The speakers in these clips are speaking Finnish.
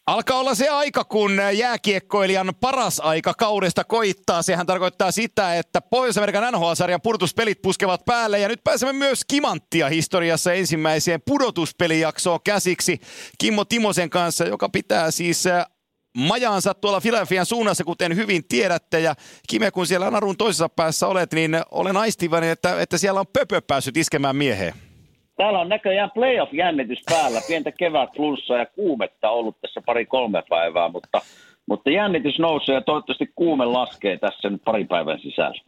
Alkaa olla se aika, kun jääkiekkoilijan paras aika kaudesta koittaa. Sehän tarkoittaa sitä, että Pohjois-Amerikan NHL-sarjan pudotuspelit puskevat päälle. Ja nyt pääsemme myös kimanttia historiassa ensimmäiseen pudotuspelijaksoon käsiksi Kimmo Timosen kanssa, joka pitää siis majaansa tuolla Philadelphian suunnassa, kuten hyvin tiedätte. Ja Kime, kun siellä narun toisessa päässä olet, niin olen aistivani, että siellä on pöpö päässyt iskemään mieheen. Täällä on näköjään playoff-jännitys päällä, pientä kevätflunssaa ja kuumetta ollut tässä 2-3 päivää, mutta jännitys nousee ja toivottavasti kuume laskee tässä nyt pari päivän sisällä.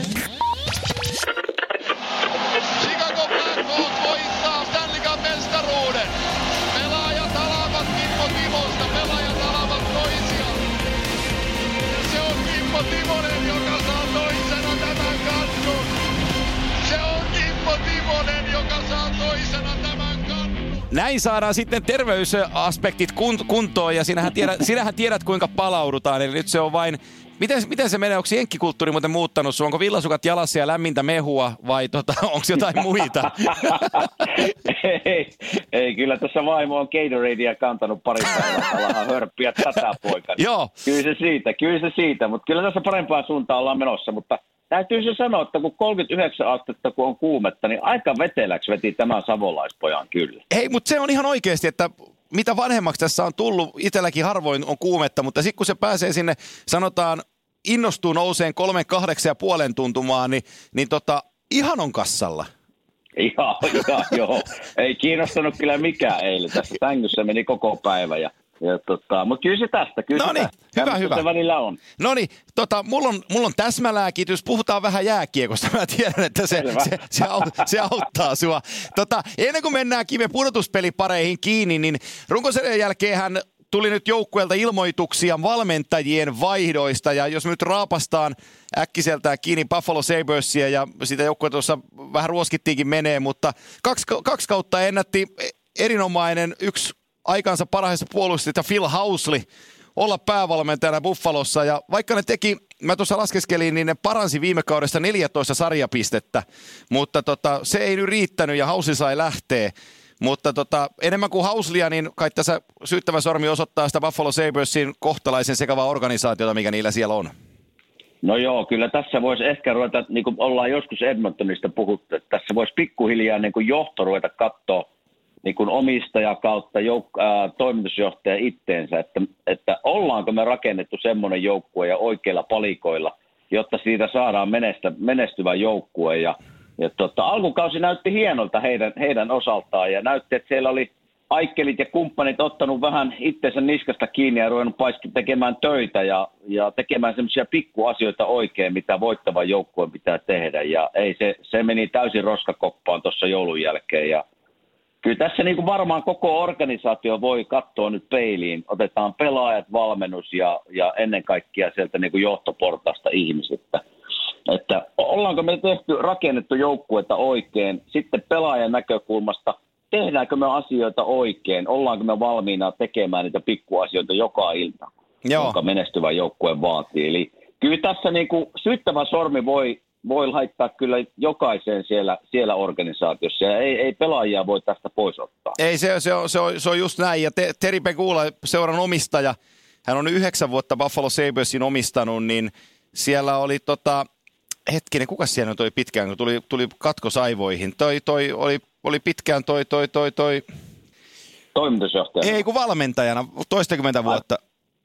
Chicago Blackhawks voittaa Stanley Cup-mestaruuden. Pelaajat alavat Kimmo Timosta, pelaajat alavat toisiaan. Se on Kimmo Timonen, joka saa toisena tämän kannun. Se on Kimmo Timonen, joka saa toisena tämän kannun. Näin saadaan sitten terveysaspektit kuntoon ja sinähän tiedät kuinka palaudutaan. Eli nyt se on vain, miten se menee, onko jenkkikulttuuri muuten muuttanut sun? Onko villasukat jalassa ja lämmintä mehua vai onko jotain muita? ei, kyllä tässä vaimo on Gatoradea kantanut pari päivää, alahan hörppiä tätä poikana. Joo. Kyllä se siitä, mutta kyllä tässä parempaan suuntaan ollaan menossa, mutta täytyy se sanoa, että kun 39 astetta kun on kuumetta, niin aika veteläksi veti tämän savolaispojan kyllä. Hei, mutta se on ihan oikeasti, että mitä vanhemmaksi tässä on tullut, itselläkin harvoin on kuumetta, mutta sitten kun se pääsee sinne, sanotaan, innostuu nouseen 3-8,5 tuntumaan, niin ihan on kassalla. Ihan, joo. Ei kiinnostanut kyllä mikään eilen. Tässä sängyssä meni koko päivä mutta kyllä se tästä. Hyvä. Se välillä on. Noniin, mulla on täsmälääkitys. Puhutaan vähän jääkiekosta. Mä tiedän, että se auttaa sua. Ennen kuin mennään Kime pudotuspelipareihin kiinni, niin runkosarjan jälkeenhän tuli nyt joukkueelta ilmoituksia valmentajien vaihdoista. Ja jos me nyt raapastaan äkkiseltään kiinni Buffalo Sabresia ja sitä joukkueita tuossa vähän ruoskittiinkin menee, mutta kaksi kautta ennätti erinomainen yksi aikansa parhaista puolustajista Phil Housley olla päävalmentajana Buffalossa. Ja vaikka ne teki, mä tuossa laskeskelin, niin ne paransi viime kaudesta 14 sarjapistettä. Mutta se ei nyt riittänyt ja Housley sai lähteä. Mutta enemmän kuin Housleya, niin kai tässä syyttävä sormi osoittaa sitä Buffalo Sabresin kohtalaisen sekavaa organisaatiota, mikä niillä siellä on. No joo, kyllä tässä voisi ehkä ruveta, niin kuin ollaan joskus Edmontonista puhuttu, että tässä voisi pikkuhiljaa niin kuin johto ruveta katsoa niin kuin omistaja kautta toimitusjohtaja itteensä, että ollaanko me rakennettu semmoinen joukkue ja oikeilla palikoilla, jotta siitä saadaan menestyvä joukkue. Ja alkukausi näytti hienolta heidän osaltaan ja näytti, että siellä oli Aikkelit ja kumppanit ottanut vähän itseensä niskasta kiinni ja ruvennut tekemään töitä ja tekemään semmoisia pikkuasioita oikein, mitä voittavan joukkueen pitää tehdä. Ja ei se meni täysin roskakoppaan tuossa joulun jälkeen ja kyllä tässä niin kuin varmaan koko organisaatio voi katsoa nyt peiliin. Otetaan pelaajat, valmennus ja ennen kaikkea sieltä niin kuin johtoportaasta ihmiset. Että ollaanko me rakennettu joukkuetta oikein, sitten pelaajan näkökulmasta, tehdäänkö me asioita oikein, ollaanko me valmiina tekemään niitä pikkuasioita joka ilta, jonka menestyvä joukkue vaatii. Eli kyllä tässä niin kuin syyttävä sormi voi laittaa kyllä jokaiseen siellä organisaatiossa ja ei pelaajia voi tästä pois ottaa. Ei, se on just näin. Ja Terry Pegula, seuran omistaja, hän on 9 vuotta Buffalo Sabresin omistanut, niin siellä oli hetkinen, kuka siellä toi pitkään, kun tuli katkosaivoihin? Toi oli pitkään toi toimitusjohtaja. Ei, kun valmentajana, toistakymmentä vuotta.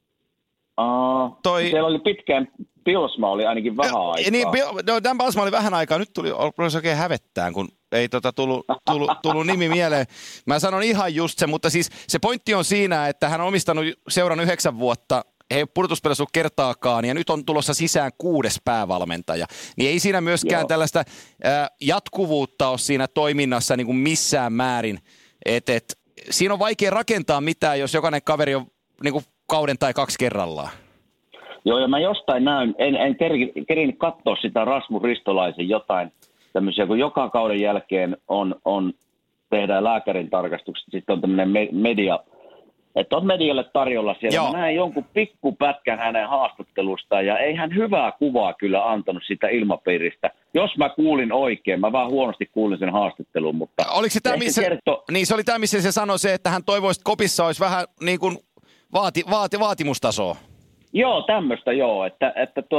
Siellä oli pitkään, Pilsma oli ainakin vähän aikaa. Niin, Dan Pilsma oli vähän aikaa, nyt tuli oikein hävettään, kun ei tullut nimi mieleen. Mä sanon ihan just se, mutta siis se pointti on siinä, että hän on omistanut seuran 9 vuotta, ei ole pudotuspelissä ollut kertaakaan, ja nyt on tulossa sisään 6. päävalmentaja. Niin ei siinä myöskään tällaista jatkuvuutta ole siinä toiminnassa niin kuin missään määrin. Siinä on vaikea rakentaa mitään, jos jokainen kaveri on niin kuin kauden tai 2 kerrallaan. Joo, ja mä jostain näyn, en kerinyt katsoa sitä Rasmus Ristolaisen jotain tämmöisiä, kun joka kauden jälkeen tehdään lääkärin tarkastukset, sitten on tämmöinen media, että on medialle tarjolla siellä. Joo. Mä näin jonkun pikkupätkän hänen haastattelustaan ja ei hän hyvää kuvaa kyllä antanut sitä ilmapiiristä. Jos mä kuulin oikein, mä vähän huonosti kuulin sen haastattelun, mutta oliko se tämä, missä, niin se oli tämä, missä se sanoi se, että hän toivoisi, että kopissa olisi vähän niin kuin vaatimustasoa. Joo, tämmöistä joo, että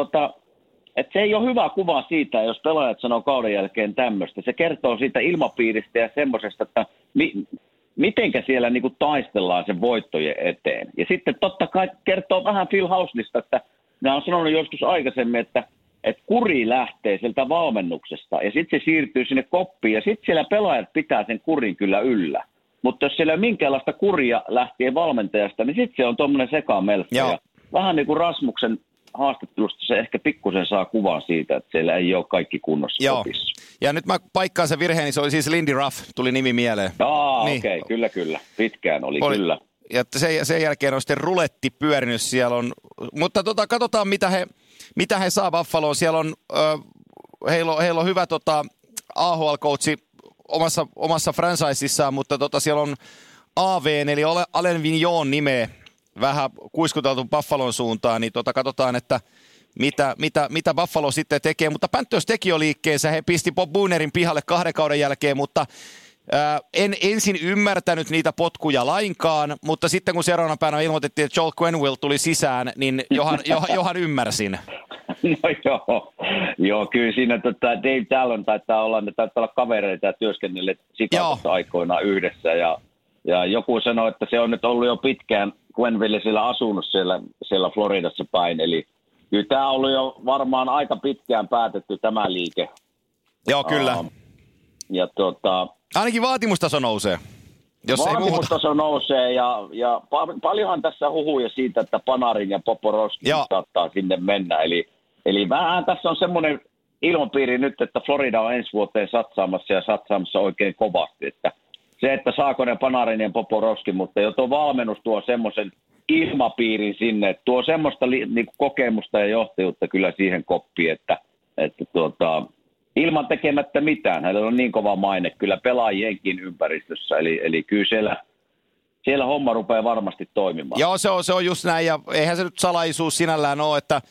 se ei ole hyvä kuva siitä, jos pelaajat sanoo kauden jälkeen tämmöistä. Se kertoo siitä ilmapiiristä ja semmoisesta, että mitenkä siellä niinku taistellaan sen voittojen eteen. Ja sitten totta kai kertoo vähän Phil Housleysta, että nämä on sanonut joskus aikaisemmin, että kuri lähtee sieltä valmennuksesta ja sitten se siirtyy sinne koppiin ja sitten siellä pelaajat pitää sen kurin kyllä yllä. Mutta jos siellä ei ole minkäänlaista kuria lähtien valmentajasta, niin sitten se on tuommoinen sekamelkka. Ja vähän niin kuin Rasmuksen haastattelusta se ehkä pikkusen saa kuvan siitä, että siellä ei ole kaikki kunnossa kopissa. Ja nyt mä paikkaan sen virheeni, se oli siis Lindy Ruff, tuli nimi mieleen. Niin. Okei, kyllä. Pitkään oli kyllä. Ja sen jälkeen on sitten ruletti pyörinyt siellä on, mutta katsotaan mitä he saa Buffaloon. Siellä on, heillä on hyvä AHL-coachi omassa franchiseissaan, mutta siellä on AVn eli Alain Vigneault nimeä vähän kuiskuteltu Buffalon suuntaan, niin katsotaan, että mitä Buffalo sitten tekee. Mutta Panthers teki jo liikkeensä, he pisti Bob Boonerin pihalle 2 kauden jälkeen, mutta en ensin ymmärtänyt niitä potkuja lainkaan, mutta sitten kun seuraavana päivänä ilmoitettiin, että Joel Quenneville tuli sisään, niin johan ymmärsin. No joo, kyllä siinä Dave Talon taitaa olla kavereita ja työskennelleet Chicagossa aikoinaan yhdessä ja joku sanoi, että se on nyt ollut jo pitkään Quenneville siellä asunut siellä Floridassa päin, eli kyllä tämä on ollut jo varmaan aika pitkään päätetty tämä liike. Joo, kyllä. Ja ainakin vaatimustaso nousee. Vaatimustaso nousee ja paljonhan tässä huhuja siitä, että Panarin ja Poporowski saattaa sinne mennä. Eli vähän tässä on semmoinen ilmapiiri nyt, että Florida on ensi vuoteen satsaamassa oikein kovasti. Että se, että saako ne Panarin ja Poporowski, mutta jo tuo valmennus tuo semmoisen ilmapiirin sinne, että tuo semmoista niinku kokemusta ja johtajuutta kyllä siihen koppiin, että ilman tekemättä mitään. Hänellä on niin kova maine kyllä pelaajienkin ympäristössä, eli kyllä siellä homma rupeaa varmasti toimimaan. Joo, se on just näin, ja eihän se nyt salaisuus sinällään ole, että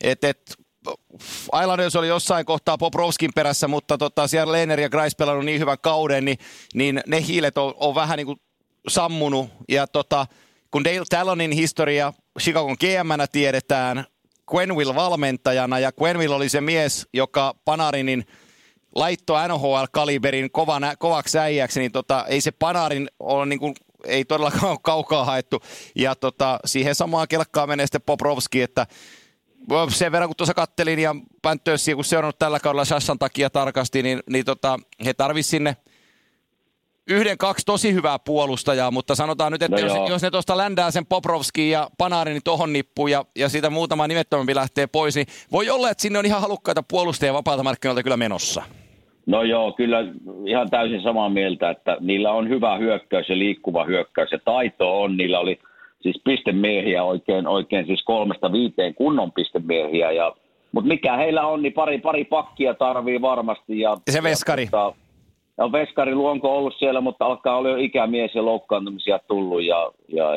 Islanders oli jossain kohtaa Bobrovskin perässä, mutta siellä Lehner ja Greiss pelannut niin hyvän kauden, niin ne hiilet on vähän niin kuin sammunut, ja kun Dale Tallonin historia Chicagon GM:nä tiedetään, Quenneville valmentajana, ja Quenneville oli se mies, joka Panarinin laittoi NHL-kaliberin kovaksi äijäksi, niin ei se Panarin ole niin kuin, ei todellakaan kaukaa haettu. Ja siihen samaan kelkkaan menee sitten Bobrovski, että sen verran kun tuossa kattelin ja Panthersia, kun seurannut tällä kaudella Shashan takia tarkasti, niin he tarvitsisivat sinne 1-2 tosi hyvää puolustajaa, mutta sanotaan nyt, että jos ne tuosta ländää sen Bobrovskiin ja Panarin tohon nippuun ja siitä muutama nimettömämpi lähtee pois, niin voi olla, että sinne on ihan halukkaita puolustajia vapaalta markkinoilta kyllä menossa. No joo, kyllä ihan täysin samaa mieltä, että niillä on hyvä hyökkäys ja liikkuva hyökkäys ja taito on. Niillä oli siis pistemiehiä oikein siis 3-5 kunnon pistemiehiä. Mutta mikä heillä on, niin pari pakkia tarvii varmasti. Ja se veskari. Ja veskari Luonko ollut siellä, mutta alkaa olla jo ikämies ja loukkaantumisia tullut ja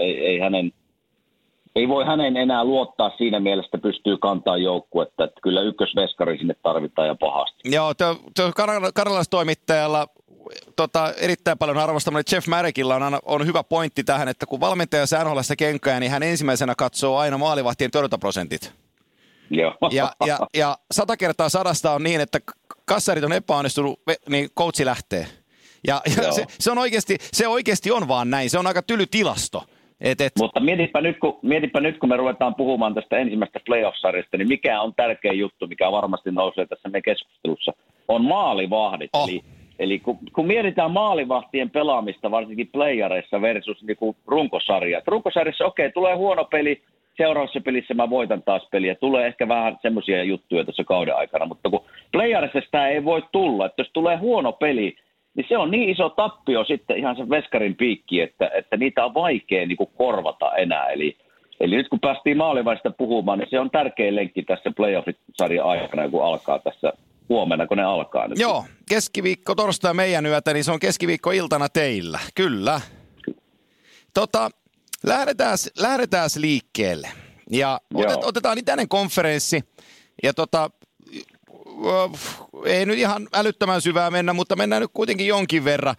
ei voi hänen enää luottaa siinä mielessä, että pystyy kantaa joukkuetta, että kyllä ykkösveskari sinne tarvitaan ja pahasti. Joo, karjalaistoimittajalla erittäin paljon arvostamani Jeff Marekilla on hyvä pointti tähän, että kun valmentaja saa NHL:ssä kenkää, niin hän ensimmäisenä katsoo aina maalivahtien torjuntaprosentit. Joo. Ja 100 kertaa 100 on niin, että kassarit on epäonnistunut, niin coachi lähtee. Ja se oikeasti on vaan näin. Se on aika tyly tilasto. Mutta mietipä nyt, kun me ruvetaan puhumaan tästä ensimmäisestä playoff-sarjasta, niin mikä on tärkeä juttu, mikä varmasti nousee tässä meidän keskustelussa, on maalivahdit. Eli kun mietitään maalivahtien pelaamista, varsinkin playareissa versus niin runkosarjat. Runkosarjassa tulee huono peli, seuraavassa pelissä mä voitan taas peliä. Tulee ehkä vähän semmoisia juttuja tässä kauden aikana, mutta kun playarissa sitä ei voi tulla, että jos tulee huono peli, niin se on niin iso tappio sitten ihan sen veskarin piikki, että niitä on vaikea niin kuin korvata enää. Eli nyt kun päästiin maalivahdista puhumaan, niin se on tärkeä lenkki tässä playoff-sarjan aikana, kun alkaa tässä huomenna, kun ne alkaa nyt. Joo, keskiviikko, torstai meidän yötä, niin se on keskiviikko-iltana teillä, kyllä. Lähdetään liikkeelle ja otetaan itäinen konferenssi ja ei nyt ihan älyttömän syvää mennä, mutta mennään nyt kuitenkin jonkin verran.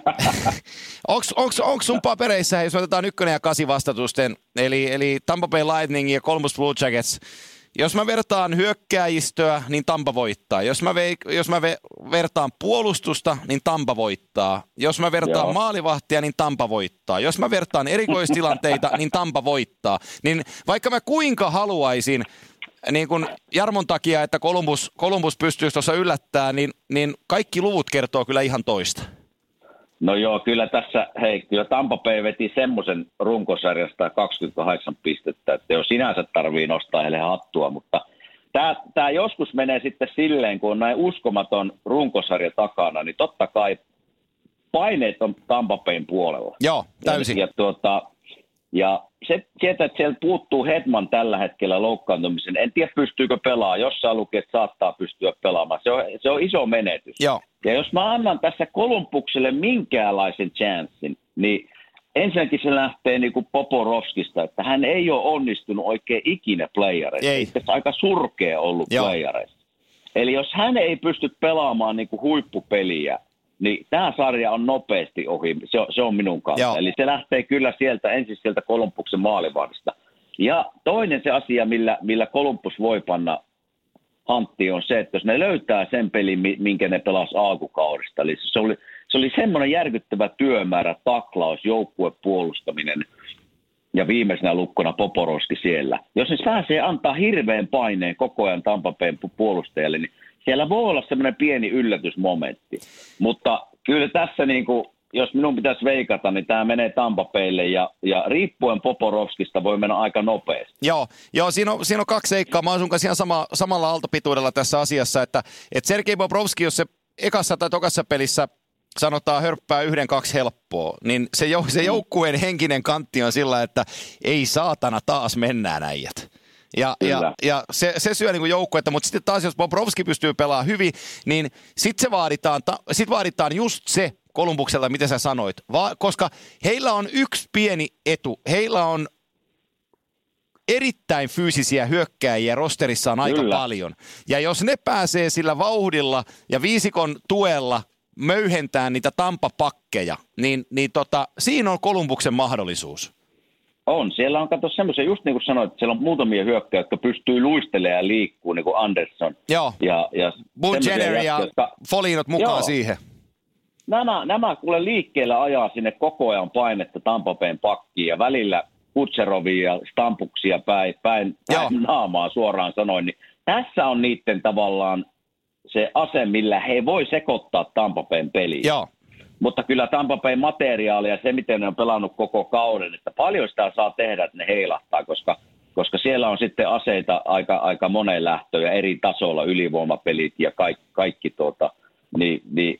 Onko sun papereissa, jos otetaan 1 ja 8 vastatusten, eli Tampa Bay Lightning ja Columbus Blue Jackets, jos mä vertaan hyökkääjistöä, niin Tampa voittaa. Jos mä vertaan puolustusta, niin Tampa voittaa. Jos mä vertaan maalivahtia, niin Tampa voittaa. Jos mä vertaan erikoistilanteita, niin Tampa voittaa. Niin vaikka mä kuinka haluaisin niin kun Jarmon takia, että Columbus pystyisi tuossa yllättämään, niin kaikki luvut kertoo kyllä ihan toista. No joo, kyllä tässä, kyllä Tampa Bay veti semmoisen runkosarjasta 28 pistettä, että jo sinänsä tarvii nostaa heille hattua, mutta tämä joskus menee sitten silleen, kun on näin uskomaton runkosarja takana, niin totta kai paineet on Tampa Bayn puolella. Joo, täysin. Ja se tietää, että sieltä puuttuu Hedman tällä hetkellä loukkaantumisen. En tiedä, pystyykö pelaamaan. Jossain lukee, että saattaa pystyä pelaamaan. Se on iso menetys. Joo. Ja jos mä annan tässä Kolumbukselle minkäänlaisen chanssin, niin ensinnäkin se lähtee niin kuin Poporovskista, että hän ei ole onnistunut oikein ikinä playareissa. Ei. Itse aika surkea ollut playareissa. Eli jos hän ei pysty pelaamaan niin kuin huippupeliä, niin tämä sarja on nopeasti ohi. Se on minun kanssa. Joo. Eli se lähtee kyllä ensin sieltä Columbuksen maalivahdista. Ja toinen se asia, millä Columbus voi panna hanttiin, on se, että jos ne löytää sen pelin, minkä ne pelasi alkukaudesta. Eli se oli semmoinen järkyttävä työmäärä, taklaus, joukkuepuolustaminen ja viimeisenä lukkona Poporovski siellä. Jos ne pääsee antaa hirveän paineen koko ajan Tampa Bayn puolustajalle, niin siellä voi olla semmoinen pieni yllätysmomentti, mutta kyllä tässä, niin kuin, jos minun pitäisi veikata, niin tämä menee Tampa Baylle ja riippuen Poporovskista voi mennä aika nopeasti. Joo, siinä on 2 seikkaa. Mä oon sun kanssa ihan samalla aaltopituudella tässä asiassa, että Sergei Bobrovski, jos se ekassa tai tokassa pelissä sanotaan hörppää 1-2 helppoa, niin se joukkueen henkinen kantti on sillä, että ei saatana taas mennään äijät. Ja se syö niin joukkuetta, mutta sitten taas jos Bobrovski pystyy pelaamaan hyvin, niin sitten vaaditaan just se Columbukselta, mitä sä sanoit. Koska heillä on yksi pieni etu. Heillä on erittäin fyysisiä hyökkääjiä rosterissaan aika paljon. Ja jos ne pääsee sillä vauhdilla ja viisikon tuella möyhentään niitä Tampa-pakkeja, niin siinä on Columbuksen mahdollisuus. On. Siellä on, kato semmoisia, just niin kuin sanoit, että siellä on muutamia hyökkäjä, jotka pystyy luistelemaan ja liikkuu, niin kuin Anderson. Joo. Ja Buchanan ja Folinot mukaan siihen. Nämä kuule liikkeellä ajaa sinne koko ajan painetta Tampa Bayn pakkiin ja välillä Kutserovia ja Stampuksia päin naamaa suoraan sanoin. Niin tässä on niiden tavallaan se ase, millä he voi sekoittaa Tampa Bayn peliin. Joo. Mutta kyllä Tampa Bayn materiaali ja se, miten ne on pelannut koko kauden, että paljon sitä saa tehdä, että ne heilahtaa, koska siellä on sitten aseita aika moneen lähtöön ja eri tasolla, ylivoimapelit ja kaikki niin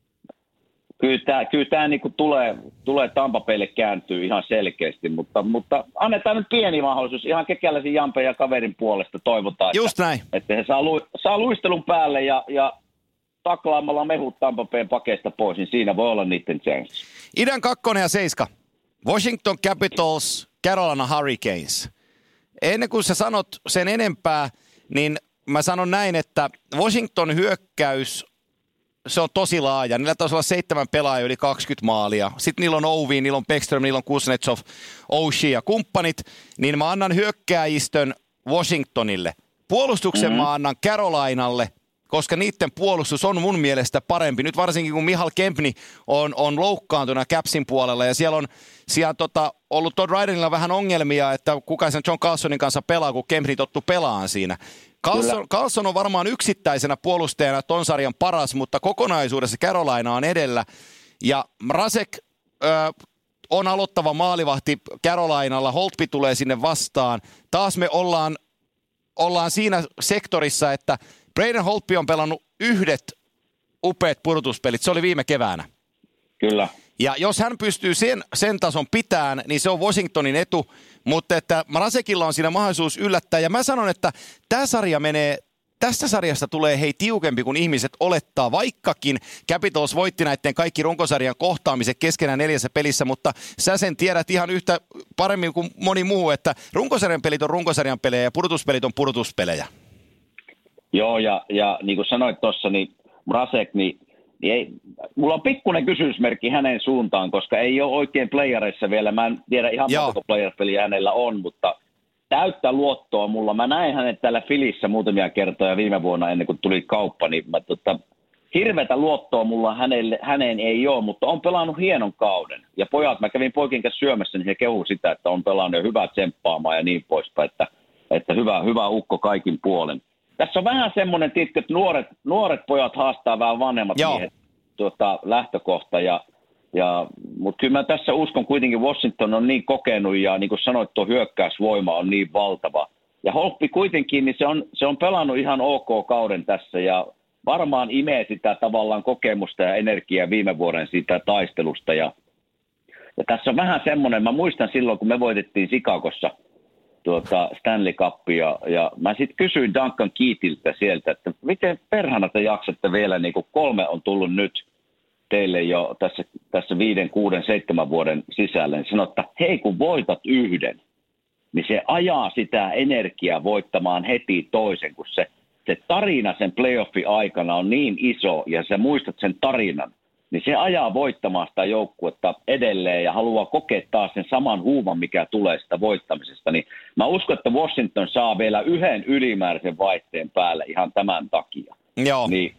kyllä tämä niin kuin tulee Tampa Baylle kääntyy ihan selkeästi, mutta annetaan nyt pieni mahdollisuus. Ihan kekäläisen Jampen ja kaverin puolesta toivotaan, että he saa luistelun päälle ja taklaamalla mehut Tampa Bayn pakeista pois, niin siinä voi olla niiden chance. Idän 2 ja 7. Washington Capitals, Carolina Hurricanes. Ennen kuin sä sanot sen enempää, niin mä sanon näin, että Washington hyökkäys, se on tosi laaja. Niillä taisi olla 7 pelaajaa yli 20 maalia. Sitten niillä on Ovi, niillä on Backstrom, niillä on Kuznetsov, Oshie ja kumppanit. Niin mä annan hyökkääjistön Washingtonille. Puolustuksen mä annan Carolinalle, koska niiden puolustus on mun mielestä parempi. Nyt varsinkin kun Michal Kempny on loukkaantuna Capsin puolella ja siellä on ollut Todd Rydenilla vähän ongelmia, että kuka sen John Carlsonin kanssa pelaa, kun Kempny tottu pelaan siinä. Carlson on varmaan yksittäisenä puolustajana ton sarjan paras, mutta kokonaisuudessa Carolina on edellä. Ja Mrazek on aloittava maalivahti Carolinalla, Holtby tulee sinne vastaan. Taas me ollaan siinä sektorissa, että Braden Holtby on pelannut 1 upeat pudotuspelit. Se oli viime keväänä. Kyllä. Ja jos hän pystyy sen tason pitämään, niin se on Washingtonin etu. Mutta että Mrazekilla on siinä mahdollisuus yllättää. Ja mä sanon, että tästä sarjasta tulee tiukempi kuin ihmiset olettaa. Vaikkakin Capitals voitti näiden kaikki runkosarjan kohtaamiset keskenään 4 pelissä. Mutta sä sen tiedät ihan yhtä paremmin kuin moni muu, että runkosarjan pelit on runkosarjan pelejä ja pudotuspelit on pudotuspelejä. Joo, ja niin kuin sanoit tuossa, niin Mrazek, niin ei, mulla on pikkuinen kysymysmerkki hänen suuntaan, koska ei ole oikein playereissa vielä. Mä en tiedä ihan montako player-peliä hänellä on, mutta täyttä luottoa mulla. Mä näin hänet täällä Filissä muutamia kertoja viime vuonna ennen kuin tuli kauppa, niin hirveätä luottoa mulla häneen ei ole, mutta on pelannut hienon kauden. Ja pojat, mä kävin poikien kanssa syömässä, niin he kehu sitä, että on pelannut hyvää tsemppaamaan ja niin poispäin, että hyvä ukko kaikin puolen. Tässä on vähän semmoinen, että nuoret pojat haastaa vähän vanhemmat miehet lähtökohta. Mutta kyllä mä tässä uskon kuitenkin, Washington on niin kokenut ja niin kuin sanoit, tuo hyökkäysvoima on niin valtava. Ja Holtby kuitenkin, niin se on pelannut ihan ok kauden tässä ja varmaan imee sitä tavallaan kokemusta ja energiaa viime vuoden siitä taistelusta. Ja tässä on vähän semmoinen, mä muistan silloin, kun me voitettiin Chicagossa Stanley Cupia, ja mä sitten kysyin Duncan Keithiltä sieltä, että miten perhana te jaksatte vielä, niin kuin 3 on tullut nyt teille jo tässä 5, 6, 7 vuoden sisällä, niin sanoi, että hei kun voitat 1, niin se ajaa sitä energiaa voittamaan heti toisen, kun se tarina sen playoffin aikana on niin iso, ja sä muistat sen tarinan, niin se ajaa voittamaan sitä joukkuetta edelleen ja haluaa kokea taas sen saman huuman, mikä tulee sitä voittamisesta. Niin mä uskon, että Washington saa vielä 1 ylimääräisen vaihteen päälle ihan tämän takia. Joo. Niin,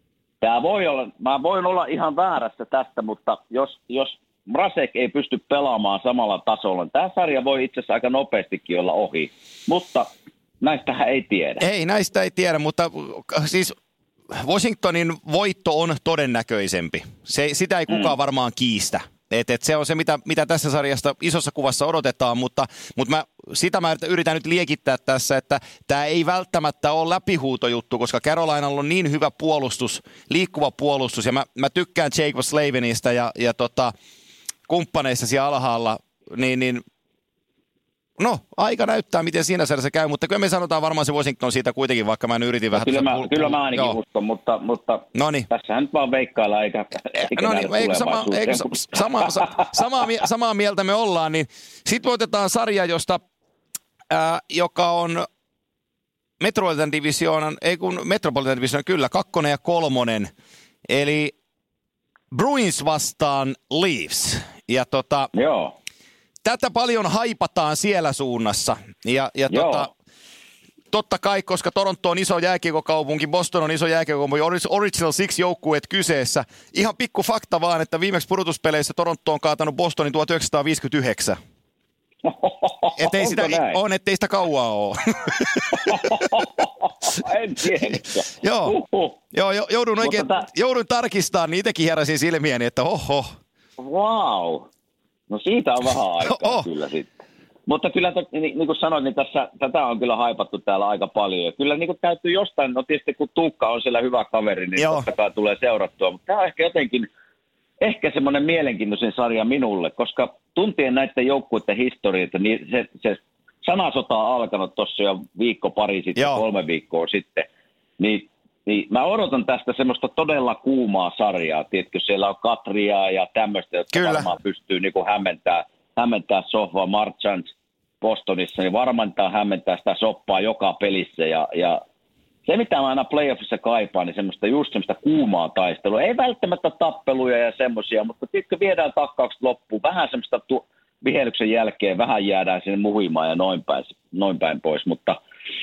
mä voin olla ihan väärässä tästä, mutta jos Mrazek ei pysty pelaamaan samalla tasolla, niin tämä sarja voi itse asiassa aika nopeastikin olla ohi. Mutta näistähän ei tiedä. Ei, näistä ei tiedä, mutta siis Washingtonin voitto on todennäköisempi. Sitä ei kukaan varmaan kiistä. Et se on se, mitä tässä sarjasta isossa kuvassa odotetaan, mutta mä yritän nyt liekittää tässä, että tämä ei välttämättä ole läpihuutojuttu, koska Carolinalla on niin hyvä puolustus, liikkuva puolustus, ja mä tykkään Jake Slavinista ja kumppaneissa siellä alhaalla, niin no, aika näyttää, miten siinä sarjassa käy, mutta kyllä me sanotaan varmaan se Washington siitä kuitenkin, vaikka mä nyt vähän... Kyllä mä ainakin uskon, mutta tässähän nyt vaan veikkaillaan, eikä samaa mieltä me ollaan, niin sitten otetaan sarja, joka on Metropolitan Divisioonan, kyllä, 2 ja 3, eli Bruins vastaan Leafs, ja Joo. Tätä paljon haipataan siellä suunnassa. Ja totta kai, koska Toronto on iso jääkiekokaupunki, Boston on iso jääkiekokaupunki, Original Six joukkueet kyseessä. Ihan pikku fakta vaan, että viimeksi pudotuspeleissä Toronto on kaatanut Bostonin 1959. Ettei sitä kauaa ole. En tiedä. Joo, joudun tarkistamaan, niin itsekin heräsin silmiäni, että oho. Wow. No siitä on vähän aikaa kyllä sitten. Mutta kyllä, niin kuin sanoit, niin tätä on kyllä haipattu täällä aika paljon. Ja kyllä niin kuin täytyy jostain, no tietysti kun Tuukka on siellä hyvä kaveri, niin totta kai tulee seurattua. Mutta tämä on ehkä jotenkin, semmoinen mielenkiintoisen sarja minulle, koska tuntien näiden joukkueiden historioita, niin se sanasota on alkanut tuossa jo pari sitten, 3 viikkoa sitten, niin mä odotan tästä semmoista todella kuumaa sarjaa. Tiedätkö, siellä on Katriaa ja tämmöistä, jotka varmaan pystyy niin kuin hämmentää sohvaa. Marchand Bostonissa, niin varmaan hämmentää sitä soppaa joka pelissä. Ja se, mitä mä aina playoffissa kaipaan, niin just semmoista kuumaa taistelua. Ei välttämättä tappeluja ja semmoisia, mutta tiedätkö, viedään takkaukset loppuun. Vähän semmoista vihellyksen jälkeen, vähän jäädään sinne muhimaan ja noin päin pois. Mutta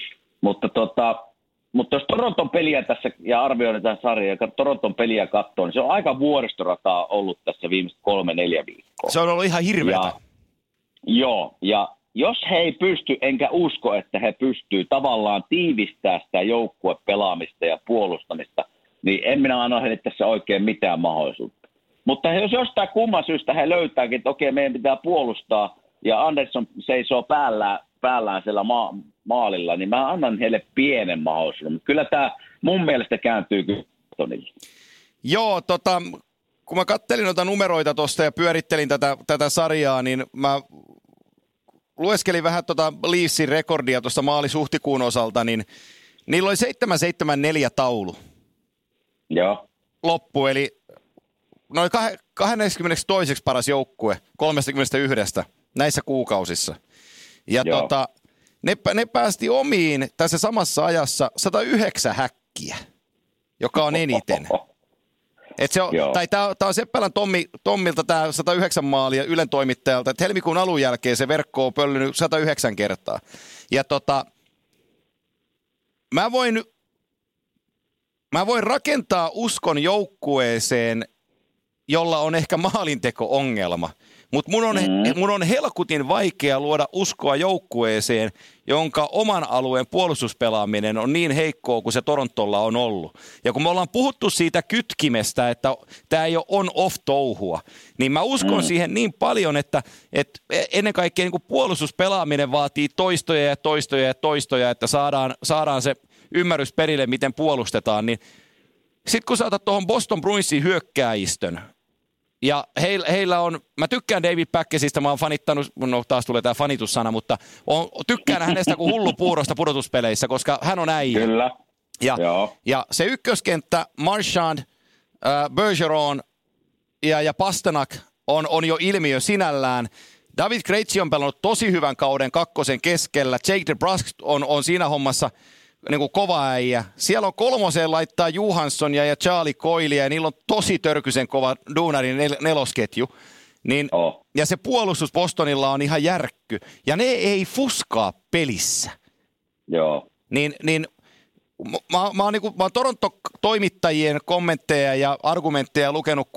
jos Toronton peliä tässä, ja arvioin tätä sarjaa, ja Toronton peliä katsoo, niin se on aika vuoristorataa ollut tässä viimeiset 3-4 viikkoa. Se on ollut ihan hirveätä. Ja jos he ei pysty, enkä usko, että he pystyy tavallaan tiivistämään sitä joukkuepelaamista ja puolustamista, niin en minä anna heille tässä oikein mitään mahdollisuutta. Mutta jos jostain kumman syystä he löytääkin, että okei, meidän pitää puolustaa, ja Anderson seisoo päällään siellä maalilla, niin mä annan heille pienen mahdollisuuden. Mutta kyllä tämä mun mielestä kääntyy Tonille. Joo, kun mä kattelin noita numeroita tuosta ja pyörittelin tätä sarjaa, niin mä lueskelin vähän Leafsin rekordia tuosta maalis-huhtikuun osalta, niin niillä oli 7-7-4 taulu. Joo. Loppu, eli noin 22. paras joukkue 31 näissä kuukausissa. Ja ne päästi omiin tässä samassa ajassa 109 häkkiä, joka on eniten. Et se on, tai tämä on Seppälän Tommilta tämä 109 maalia Ylen toimittajalta, että helmikuun alun jälkeen se verkko on pöllynyt 109 kertaa. Ja mä voin rakentaa uskon joukkueeseen, jolla on ehkä maalinteko-ongelma, mutta mun on helkutin vaikea luoda uskoa joukkueeseen, jonka oman alueen puolustuspelaaminen on niin heikkoa kuin se Torontolla on ollut. Ja kun me ollaan puhuttu siitä kytkimestä, että tämä ei ole on-off-touhua, niin mä uskon siihen niin paljon, että ennen kaikkea niin kuin puolustuspelaaminen vaatii toistoja, että saadaan se ymmärrys perille, miten puolustetaan, niin sitten kun saatat tuohon Boston Bruinsin hyökkääjistön, ja heillä on, mä tykkään David Backesista, mä oon fanittanut, no taas tulee tää fanitussana, mutta tykkään hänestä kuin hullu puurosta pudotuspeleissä, koska hän on äijä. Kyllä. Ja se ykköskenttä, Marchand, Bergeron ja Pasternak on jo ilmiö sinällään. David Krejci on pelannut tosi hyvän kauden kakkosen keskellä. Jake DeBrusk on siinä hommassa niin kuin kova äijä. Siellä on kolmoseen laittaa Johanssonia ja Charlie Coilia, ja niillä on tosi törkyisen kova duunarin nelosketju. Ja se puolustus Bostonilla on ihan järkky. Ja ne ei fuskaa pelissä. Joo. Mä oon Toronto-toimittajien kommentteja ja argumentteja lukenut,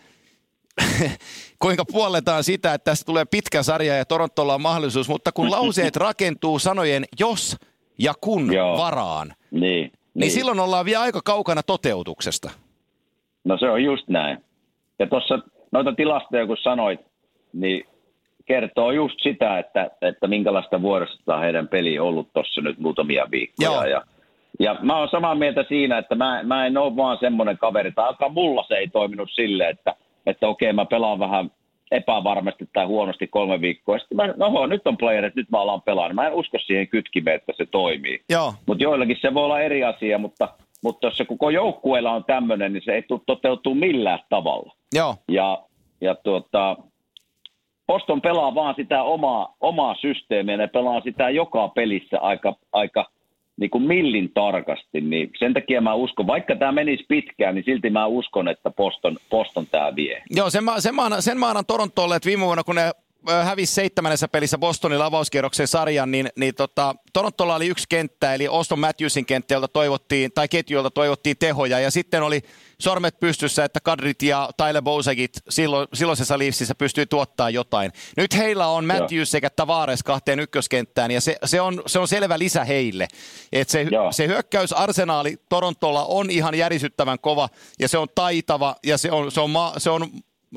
kuinka puolletaan sitä, että tästä tulee pitkä sarja ja Torontolla on mahdollisuus, mutta kun lauseet rakentuu sanojen jos ja kun varaan, niin silloin ollaan vielä aika kaukana toteutuksesta. No se on just näin. Ja tuossa noita tilastoja kun sanoit, niin kertoo just sitä, että minkälaista vuorosta heidän peli on ollut tuossa nyt muutamia viikkoja. Ja mä oon samaa mieltä siinä, että mä en ole vaan semmoinen kaveri, tai aika mulla se ei toiminut silleen, että okei, mä pelaan vähän epävarmasti tai huonosti 3 viikkoa. Sitten nyt on playerit, nyt mä alan pelaan. Mä en usko siihen kytkimeen, että se toimii. Mutta joillakin se voi olla eri asia, mutta jos se koko joukkueella on tämmöinen, niin se ei toteutuu millään tavalla. Joo. Ja Boston pelaa vaan sitä omaa systeemiä, ne pelaa sitä joka pelissä aika niin kuin millin tarkasti, niin sen takia mä uskon, vaikka tämä menisi pitkään, niin silti mä uskon, että Boston tämä vie. Joo, sen mä annan Torontolle, että viime vuonna, kun ne hävisi 7. pelissä Bostonin avauskierroksen sarjan, niin Torontolla oli yksi kenttä, eli Auston Matthewsin kenttä, ketjulta toivottiin tehoja, ja sitten oli sormet pystyssä, että Kadrit ja Tyler Bozakit silloisessa Leafsissä pystyy tuottaa jotain. Nyt heillä on Matthews sekä Tavares 2 ykköskenttään, ja se on selvä lisä heille. Et se hyökkäysarsenaali Torontolla on ihan järisyttävän kova, ja se on taitava, ja se on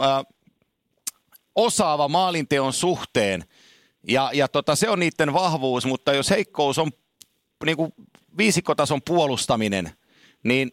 osaava maalinteon suhteen, ja se on niiden vahvuus, mutta jos heikkous on niin kuin viisikkotason puolustaminen, niin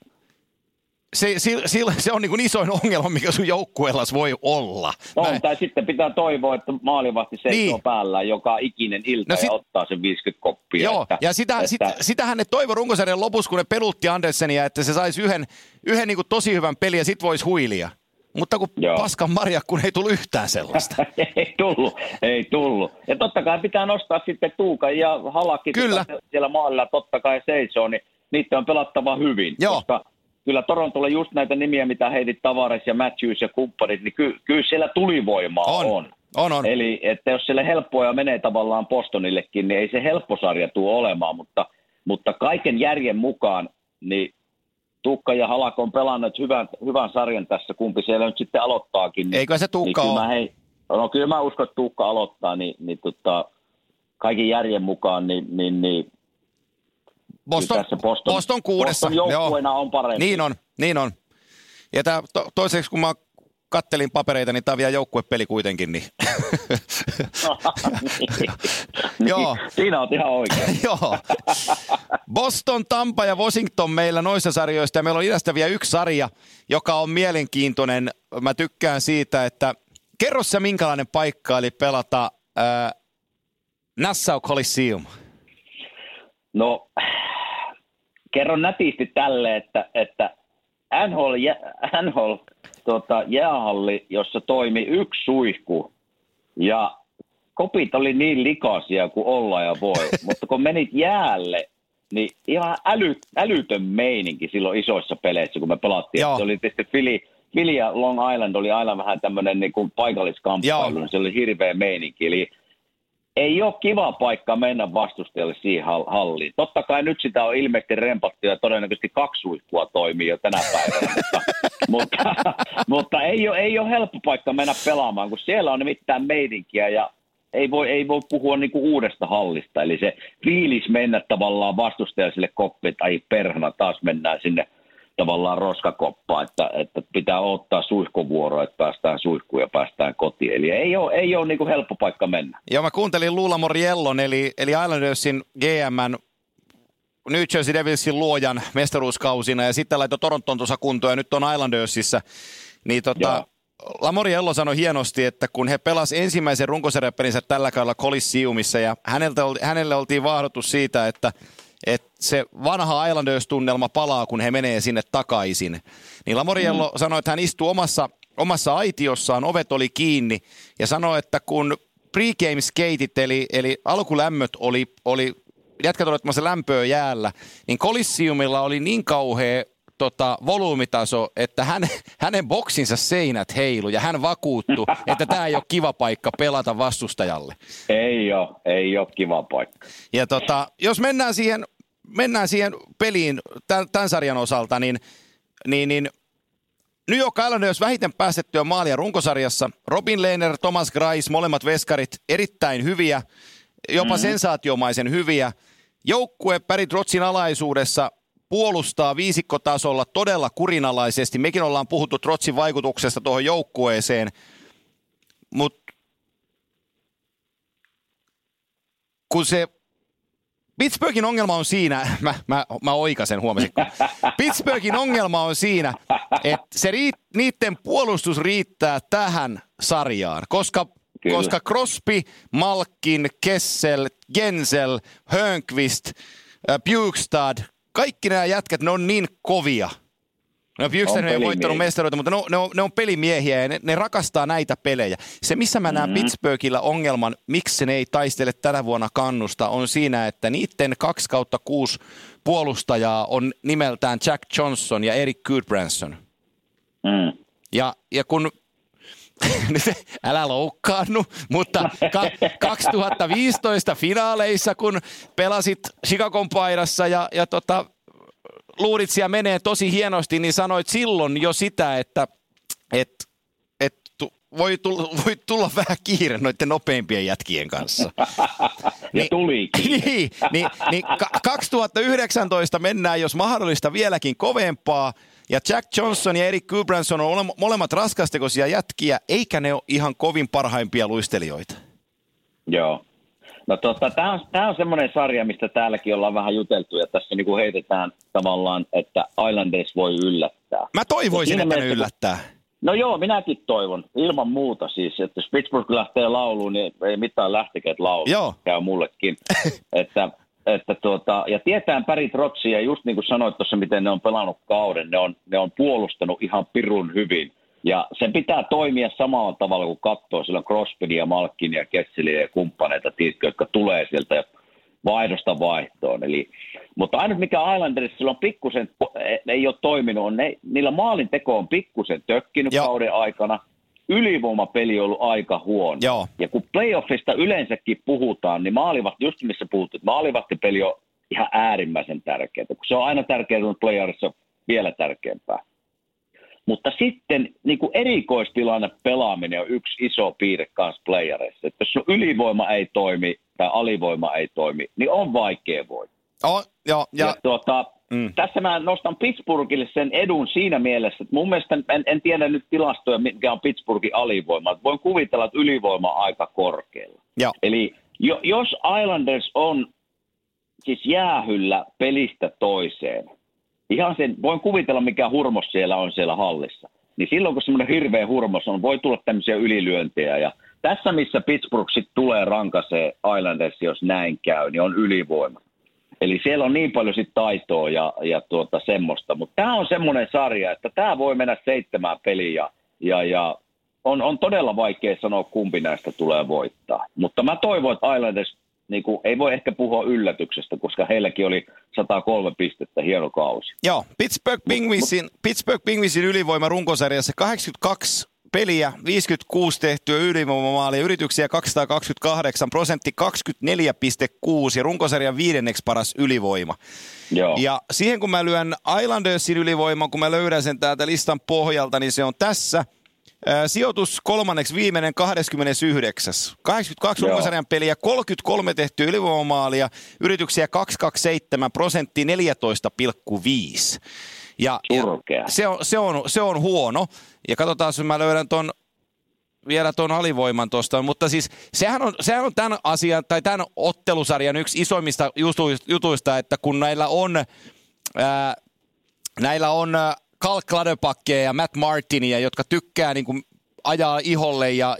se on niin kuin isoin ongelma, mikä sun joukkueellas voi olla. Tai sitten pitää toivoa, että maalivahti seisoo päällä joka ikinen ilta ja ottaa sen 50 koppia. Joo, ja sitähän ne toivoi runkosarjan lopussa, kun ne pelutti Andersenia, että se saisi yhden niin kuin tosi hyvän pelin ja sit voisi huilia. Mutta kun paskan marja, kun ei tullut yhtään sellaista. ei tullut. Ja totta kai pitää nostaa sitten Tuukan ja Halakki siellä maalilla totta kai seisoo, niin niitä on pelattava hyvin. Joo. Koska kyllä Torontolla just näitä nimiä, mitä heidit Tavares ja Matthews ja kumppanit, niin kyllä siellä tulivoimaa on. Eli että jos siellä helppoja menee tavallaan Bostonillekin, niin ei se helppo sarja tule olemaan, mutta kaiken järjen mukaan, niin Tuukka ja Halak on pelannut hyvän sarjan tässä, kumpi siellä nyt sitten aloittaakin. Niin, eikö se Tuukka niin ole? Kyllä mä uskon, että Tuukka aloittaa, niin kaiken järjen mukaan, niin Boston 6. Boston joukkueena on parempi. Niin on. Ja toiseksi, kun mä kattelin papereita, niin tämä on vielä joukkuepeli kuitenkin. Niin. Joo. Siinä on ihan oikein. Joo. Boston, Tampa ja Washington meillä noissa sarjoista. Ja meillä on idästä vielä yksi sarja, joka on mielenkiintoinen. Mä tykkään siitä, että kerro sä minkälainen paikka oli pelata Nassau Coliseum. No, kerron nätisti tälle, että NHL jäähalli, jossa toimi yksi suihku ja kopit oli niin likaisia kuin olla ja voi, mutta kun menit jäälle, niin ihan älytön meininki silloin isoissa peleissä, kun me pelattiin. Se oli tietysti Philly ja Long Island oli aina vähän tämmöinen niin kuin paikalliskamppailu, niin se oli hirveä meininki. Eli ei ole kiva paikka mennä vastustajalle siihen halliin. Totta kai nyt sitä on ilmeisesti rempattu ja todennäköisesti 2 suihkua toimii jo tänä päivänä, mutta ei ole helppo paikka mennä pelaamaan, kun siellä on nimittäin meininkiä ja ei voi puhua niinku uudesta hallista. Eli se fiilis mennä tavallaan vastustajalle koppiin, tai perhana taas mennään sinne tavallaan roskakoppaan, että pitää ottaa suihkuvuoroa, että päästään suihkuun ja päästään kotiin. Eli ei ole niinku helppo paikka mennä. Joo, mä kuuntelin Lula Moriellon, eli Islandersin GM:n New Jersey Devilsin luojan mestaruuskausina, ja sitten laitoi Toronton tuossa kuntoon, ja nyt on Islandersissa. Niin Lamoriello sanoi hienosti, että kun he pelasivat ensimmäisen runkosarjapelinsä tällä kaudella Coliseumissa, ja hänelle oltiin vaadottu siitä, että se vanha Islanders-tunnelma palaa, kun he menee sinne takaisin. Niin Lamoriello sanoi, että hän istui omassa aitiossaan, ovet oli kiinni, ja sanoi, että kun pregame skateit, eli alkulämmöt oli jätkät olivat lämpöä jäällä, niin Coliseumilla oli niin kauhea volyymitaso, että hänen boksinsa seinät heilu ja hän vakuuttui, että tämä ei ole kiva paikka pelata vastustajalle. Ei ole kiva paikka. Ja jos mennään siihen peliin tämän sarjan osalta, niin New York Islanders vähiten päästettyä maalia runkosarjassa. Robin Lehner, Thomas Greiss, molemmat veskarit erittäin hyviä, jopa sensaatiomaisen hyviä. Joukkue Barry Trotzin alaisuudessa puolustaa viisikkotasolla todella kurinalaisesti. Mekin ollaan puhuttu Trotzin vaikutuksesta tuohon joukkueeseen, mutta kun se Pittsburghin ongelma on siinä, mä oikasen huomasin, Pittsburghin ongelma on siinä, että niiden puolustus riittää tähän sarjaan, koska Crosby, Malkin, Kessel, Gensel, Hörnqvist, Bjugstad, kaikki nämä jätkät, ne on niin kovia. No Bjugstad ei voittanut mestaruutta, mutta ne on pelimiehiä ja ne rakastaa näitä pelejä. Se, missä mä näen Pittsburghillä ongelman, miksi ne ei taistele tänä vuonna kannusta, on siinä, että niiden 2/6 puolustajaa on nimeltään Jack Johnson ja Erik Goodbranson. Ja kun nyt älä loukkaannu, mutta 2015 finaaleissa, kun pelasit Chicagon paidassa ja luurit siellä menee tosi hienosti, niin sanoit silloin jo sitä, että voi tulla vähän kiire noiden nopeimpien jätkien kanssa. Ja tulikin. Niin 2019 mennään, jos mahdollista, vieläkin kovempaa. Ja Jack Johnson ja Erik Goodbranson on molemmat raskastekoisia jätkiä, eikä ne ole ihan kovin parhaimpia luistelijoita. Joo. No tämä on semmoinen sarja, mistä täälläkin ollaan vähän juteltu, ja tässä niinku heitetään tavallaan, että Islanders voi yllättää. Mä toivoisin, että ne yllättää. No joo, minäkin toivon. Ilman muuta siis, että jos Pittsburgh lähtee lauluun, niin ei mitään lähtekeet lauluun. Joo. Käy mullekin. Ja tietään Barry Trotzia, just niin kuin sanoit tuossa, miten ne on pelannut kauden, ne on puolustanut ihan pirun hyvin. Ja sen pitää toimia samalla tavalla, kun katsoo silloin Crosbyn ja Malkin ja Kesseliä ja kumppaneita, jotka tulee sieltä vaihdosta vaihtoon. Mutta ainut mikä Islandersilla on pikkusen, ei ole toiminut, on niillä maalinteko on pikkusen tökkinyt kauden aikana. Ylivoimapeli on ollut aika huono. Joo. Ja kun playoffista yleensäkin puhutaan, niin just missä puhuttu, että maalivahtipeli on ihan äärimmäisen tärkeää. Kun se on aina tärkeää, mutta playerissa vielä tärkeämpää. Mutta sitten niin kuin erikoistilanne pelaaminen on yksi iso piirre kanssa playereissa. Että jos ylivoima ei toimi tai alivoima ei toimi, niin on vaikea voittaa. Tässä mä nostan Pittsburghille sen edun siinä mielessä, että mun mielestä en tiedä nyt tilastoja, mikä on Pittsburghin alivoima. Voin kuvitella, että ylivoima on aika korkealla. Joo. Eli jos Islanders on siis jäähyllä pelistä toiseen, ihan sen, voin kuvitella, mikä hurmos siellä on siellä hallissa. Niin silloin, kun semmoinen hirveä hurmos on, voi tulla tämmöisiä ylilyöntejä. Ja tässä, missä Pittsburgh sitten tulee rankasee Islanders, jos näin käy, niin on ylivoima. Eli siellä on niin paljon sit taitoa ja semmoista. Mutta tämä on semmoinen sarja, että tämä voi mennä 7 peliä ja on todella vaikea sanoa, kumpi näistä tulee voittaa. Mutta mä toivon, että Islanders ei voi ehkä puhua yllätyksestä, koska heilläkin oli 103 pistettä, hieno kausi. Joo, Pittsburgh Penguinsin ylivoima runkosarjassa 82 peliä, 56 tehtyä ylivoimamaalia, yrityksiä 228, prosentti 24,6 ja runkosarjan 5. paras ylivoima. Joo. Ja siihen kun mä lyön Islandersin ylivoiman, kun mä löydän sen täältä listan pohjalta, niin se on tässä. Sijoitus 3. viimeinen 29. 82 runkosarjan peliä, 33 tehtyä ylivoimamaalia, yrityksiä 227, prosentti 14,5. Ja se on huono. Ja katsotaan, jos mä löydän vielä ton alivoiman tuosta. Mutta siis sehän on tämän asian, tai tämän ottelusarjan yksi isoimmista jutuista, että kun näillä on Cal Clutterbuckia ja Matt Martinia, jotka tykkää niin kuin ajaa iholle ja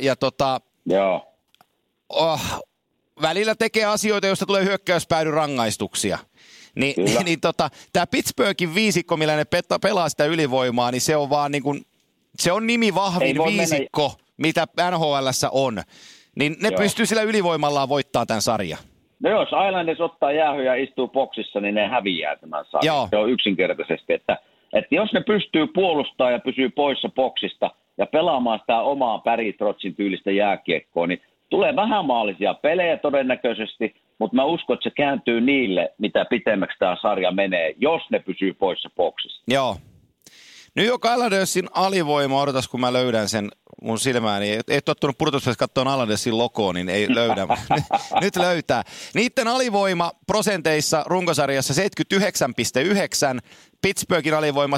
välillä tekee asioita, joista tulee hyökkäyspäädyn rangaistuksia. Tämä Pittsburghin viisikko, millä ne pelaa sitä ylivoimaa, niin se on vaan niin kuin, se on nimivahvin viisikko, mitä NHL:ssä on. Niin ne pystyy sillä ylivoimallaan voittamaan tämän sarjan. No jos Islanders ottaa jäähy ja istuu boksissa, niin ne häviää tämän sarjan. Joo. Se on yksinkertaisesti, että jos ne pystyy puolustamaan ja pysyy poissa boksista ja pelaamaan sitä omaa Barry Trotzin tyylistä jääkiekkoa, niin tulee vähämaalisia pelejä todennäköisesti, mutta mä uskon, että se kääntyy niille, mitä pitemmäksi tämä sarja menee, jos ne pysyy poissa boksista. Joo. Nyt jo Islandersin alivoima, odotas kun mä löydän sen mun silmääni, ei tottunut pudotuspelissä katsoa Islandersin logoa, niin ei löydä. Nyt löytää. Niiden alivoima prosenteissa runkosarjassa 79,9, Pittsburghin alivoima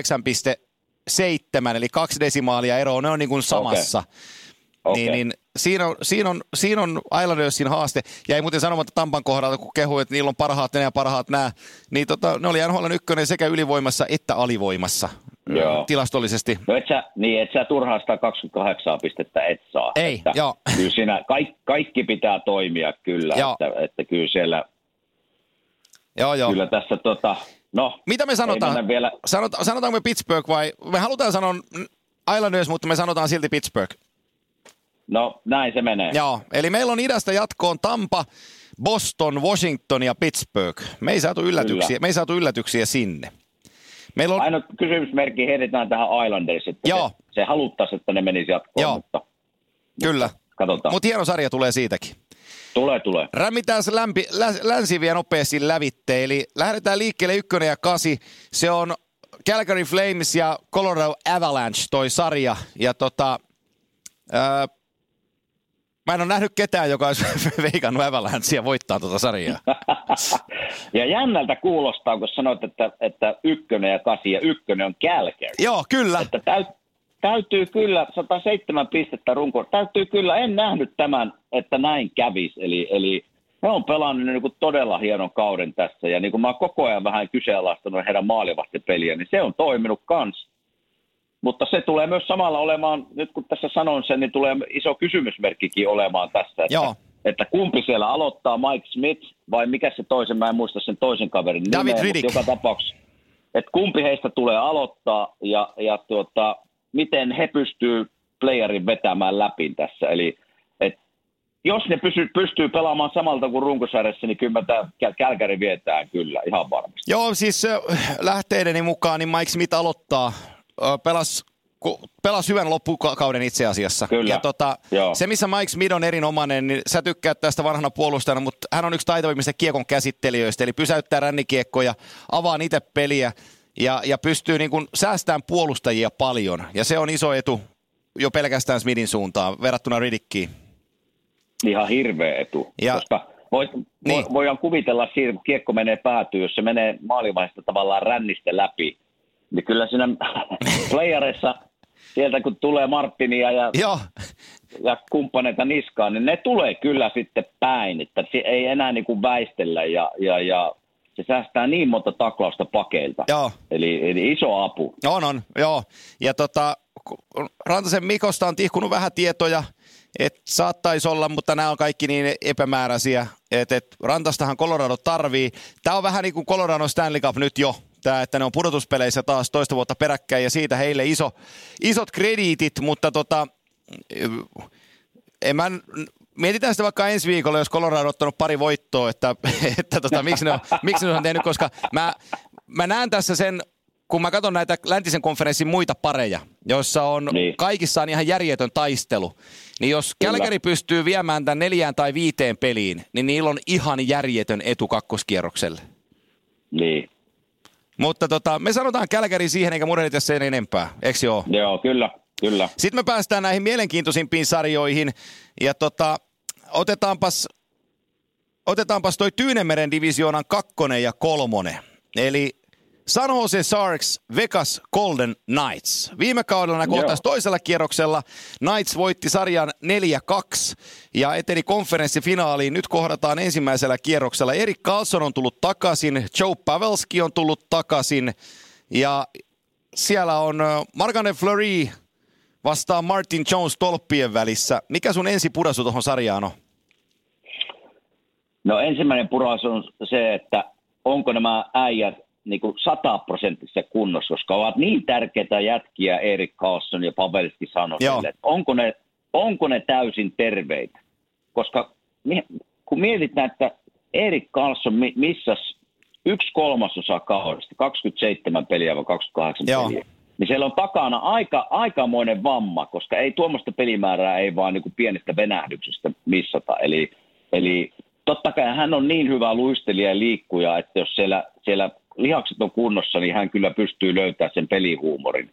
79,7, eli 2 desimaalia eroa, ne on niin kuin samassa. Okay. Niin siinä on Islandersin haaste. Ja ei muuten sanomatta Tampan kohdalta, kun kehui, että niillä on parhaat nämä, niin ne oli NHL:n ykkönen sekä ylivoimassa että alivoimassa. Joo. Tilastollisesti. No et sä turhaan 128 pistettä et saa. Ei, joo. Kyllä siinä kaikki pitää toimia kyllä, että kyllä siellä, joo. Kyllä tässä mitä me sanotaan? Vielä. Sanotaanko me Pittsburgh vai, me halutaan sanoa Islanders, mutta me sanotaan silti Pittsburgh. No, näin se menee. Joo, eli meillä on idästä jatkoon Tampa, Boston, Washington ja Pittsburgh. Me ei saatu yllätyksiä sinne. Ainoa kysymysmerkki heitetään tähän Islanders, että se haluttaisi, että ne menisi jatkoon. Mutta kyllä, katsotaan. Mutta hieno sarja tulee siitäkin. Tulee. Rämmitään se länsi vielä nopeasti lävitte, eli lähdetään liikkeelle 1 ja 8. Se on Calgary Flames ja Colorado Avalanche toi sarja, ja mä en ole nähnyt ketään, joka olisi veikannut Avalancea voittaa tuota sarjaa. Ja jännältä kuulostaa, kun sanoit, että 1 ja 8 ja 1 on Calgary. Joo, kyllä. Että täytyy kyllä, 107 pistettä runko. Täytyy kyllä, en nähnyt tämän, että näin kävisi. Eli he on pelannut niin kuin todella hienon kauden tässä. Ja niin kuin mä oon koko ajan vähän kyseenalaistanut heidän maalivahtipeliä, niin se on toiminut kans. Mutta se tulee myös samalla olemaan, nyt kun tässä sanon sen, niin tulee iso kysymysmerkkikin olemaan tässä, että kumpi siellä aloittaa, Mike Smith vai mikä se toisen, mä en muista sen toisen kaverin nimeä, David Rittich. Joka tapauksessa, että kumpi heistä tulee aloittaa ja miten he pystyy playerin vetämään läpi tässä. Eli jos ne pystyy pelaamaan samalta kuin runkosarjassa, niin kyllä Calgary vietään kyllä ihan varmasti. Joo, siis lähteideni mukaan niin Mike Smith aloittaa. Pelasi hyvän loppukauden itse asiassa. Kyllä. Ja se, missä Mike Smith on erinomainen, niin sä tykkäät tästä vanhana puolustajana, mutta hän on yksi taitavimmista kiekon käsittelijöistä, eli pysäyttää rännikiekkoja, avaa itse peliä ja pystyy niin kuin säästämään puolustajia paljon. Ja se on iso etu jo pelkästään Smithin suuntaan verrattuna Riddickiin. Ihan hirveä etu, koska voidaan kuvitella siitä, kun kiekko menee päätyyn, jos se menee maalivaiheesta tavallaan rännistä läpi, niin kyllä siinä playereissa, sieltä kun tulee Martinia ja kumppaneita niskaan, niin ne tulee kyllä sitten päin, että se ei enää niin kuin väistellä ja se säästää niin monta taklausta pakeilta. Joo. Eli iso apu. On, joo. Ja Rantasen Mikosta on tihkunut vähän tietoja, että saattaisi olla, mutta nämä on kaikki niin epämääräisiä, että Rantastahan Colorado tarvii. Tämä on vähän niin kuin Colorado Stanley Cup nyt jo. Että ne on pudotuspeleissä taas toista vuotta peräkkäin ja siitä heille isot krediitit, mutta mietitään sitä vaikka ensi viikolla, jos Colorado on ottanut pari voittoa, että miksi ne on tehnyt, koska mä näen tässä sen, kun mä katson näitä läntisen konferenssin muita pareja, joissa on kaikissa on ihan järjetön taistelu, niin jos Calgary pystyy viemään tämän 4 tai 5 peliin, niin niillä on ihan järjetön etu kakkoskierrokselle. Niin. Mutta me sanotaan Calgary siihen, eikä murheita sen enempää, eikö joo? Joo, kyllä. Sitten me päästään näihin mielenkiintoisimpiin sarjoihin, ja otetaanpas toi Tyynemeren divisioonan 2 ja 3. Eli San Jose Sharks, Vegas Golden Knights. Viime kaudella ne kohtasi toisella kierroksella. Knights voitti sarjan 4-2 ja eteni konferenssifinaaliin. Nyt kohdataan ensimmäisellä kierroksella. Erik Karlsson on tullut takaisin, Joe Pavelski on tullut takaisin ja siellä on Marc-Andre Fleury vastaan Martin Jones tolppien välissä. Mikä sun ensipurasu tuohon sarjaan on? No ensimmäinen purasu on se, että onko nämä äijät niin kuin 100% kunnossa, koska ovat niin tärkeitä jätkiä Erik Karlsson ja Pavelski sanoisille, että onko ne täysin terveitä? Koska kun mietitään, että Erik Karlsson missasi 1/3 kaudesta, 27 peliä vai 28 peliä, niin siellä on takana aikamoinen vamma, koska ei tuommoista pelimäärää ei vaan niin kuin pienestä venähdyksestä missata. Eli totta kai hän on niin hyvä luistelija ja liikkuja, että jos siellä lihakset on kunnossa, niin hän kyllä pystyy löytämään sen pelihuumorin.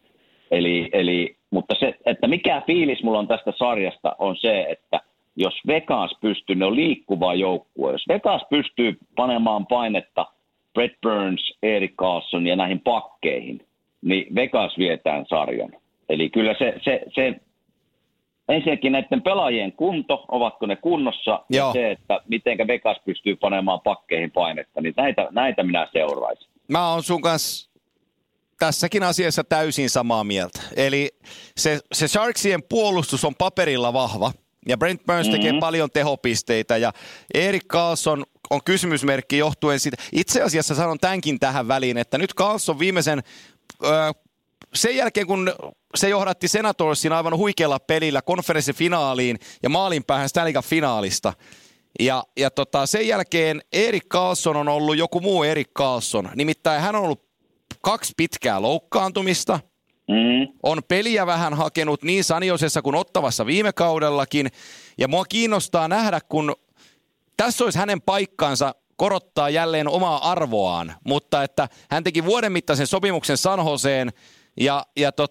Mutta se, että mikä fiilis mulla on tästä sarjasta, on se, että jos Vegas pystyy, ne on liikkuva joukkue. Jos Vegas pystyy panemaan painetta Brett Burns, Erik Karlsson ja näihin pakkeihin, niin Vegas vietään sarjan. Eli kyllä se ensinnäkin näiden pelaajien kunto, ovatko ne kunnossa, ja se, että mitenkä Vegas pystyy panemaan pakkeihin painetta, niin näitä minä seuraisin. Mä oon sun kanssa tässäkin asiassa täysin samaa mieltä. Eli se Sharksien puolustus on paperilla vahva, ja Brent Burns tekee paljon tehopisteitä, ja Erik Karlsson on kysymysmerkki johtuen siitä. Itse asiassa sanon tämänkin tähän väliin, että nyt Karlsson viimeisen sen jälkeen, kun se johdatti Senatorsin aivan huikealla pelillä konferenssifinaaliin ja maalinpäähän Stanley Cup-finaalista. Ja sen jälkeen Erik Karlsson on ollut joku muu Erik Karlsson. Nimittäin hän on ollut 2 pitkää loukkaantumista. On peliä vähän hakenut niin San Josessa kuin Ottavassa viime kaudellakin. Ja mua kiinnostaa nähdä, kun tässä olisi hänen paikkansa korottaa jälleen omaa arvoaan. Mutta että hän teki vuoden mittaisen sopimuksen San Joseen ja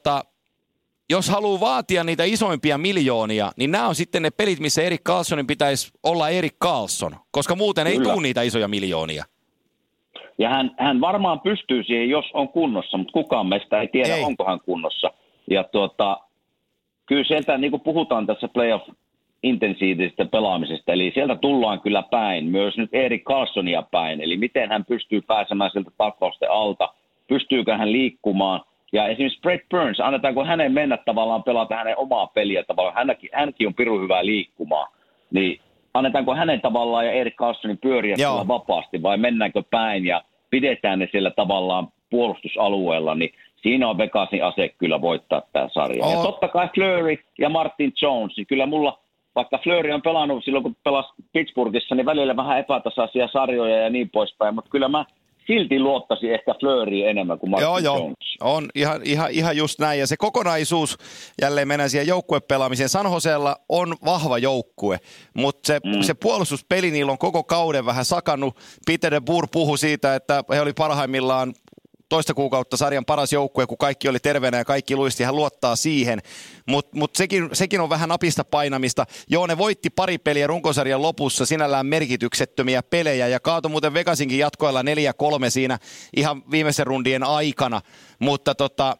jos haluaa vaatia niitä isoimpia miljoonia, niin nämä on sitten ne pelit, missä Erik Karlssonin pitäisi olla Erik Karlsson, koska muuten ei tule niitä isoja miljoonia. Ja hän varmaan pystyy siihen, jos on kunnossa, mutta kukaan meistä ei tiedä, onko hän kunnossa. Ja kyllä sieltä, niin kuin puhutaan tässä playoff-intensiivisestä pelaamisesta, eli sieltä tullaan kyllä päin, myös nyt Erik Karlssonia päin, eli miten hän pystyy pääsemään sieltä taklausten alta, pystyykö hän liikkumaan. Ja esimerkiksi Brett Burns, annetaanko hänen mennä tavallaan pelata hänen omaa peliä tavallaan, hänkin on pirun hyvää liikkumaan, niin annetaanko hänen tavallaan ja Erik Karlssonin pyöriä siellä vapaasti vai mennäänkö päin ja pidetään ne siellä tavallaan puolustusalueella, niin siinä on Vegasin ase kyllä voittaa tämä sarja. Ja totta kai Fleury ja Martin Jones, niin kyllä mulla, vaikka Fleury on pelannut silloin kun pelasi Pittsburghissa, niin välillä vähän epätasaisia sarjoja ja niin poispäin, mutta kyllä mä silti luottaisin ehkä Fleuryä enemmän kuin Martin Jones. On ihan just näin. Ja se kokonaisuus, jälleen mennään siihen joukkuepelaamiseen. San Josella on vahva joukkue, mutta se puolustuspeli niillä on koko kauden vähän sakannut. Peter de Boer puhui siitä, että he oli parhaimmillaan toista kuukautta sarjan paras joukkue, kun kaikki oli terveenä ja kaikki luisti, hän luottaa siihen. Mutta sekin on vähän napista painamista. Joo, ne voitti pari peliä runkosarjan lopussa, sinällään merkityksettömiä pelejä, ja kaatoi muuten Vegasinkin jatkoilla 4-3 siinä ihan viimeisen rundien aikana. Mutta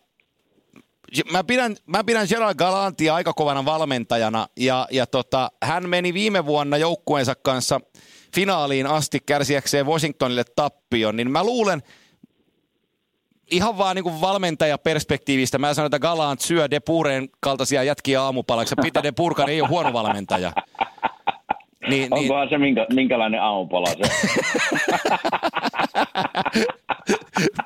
mä pidän Gerald Galantia aika kovana valmentajana, ja hän meni viime vuonna joukkueensa kanssa finaaliin asti kärsiäkseen Washingtonille tappion, niin mä luulen, ihan vaan niin kuin valmentajaperspektiivistä, mä sanon, että Galant syö De Boeren kaltaisia jätkiä aamupalaksi. Peter de Boer ei ole huono valmentaja. Onkohan se minkälainen aamupala se?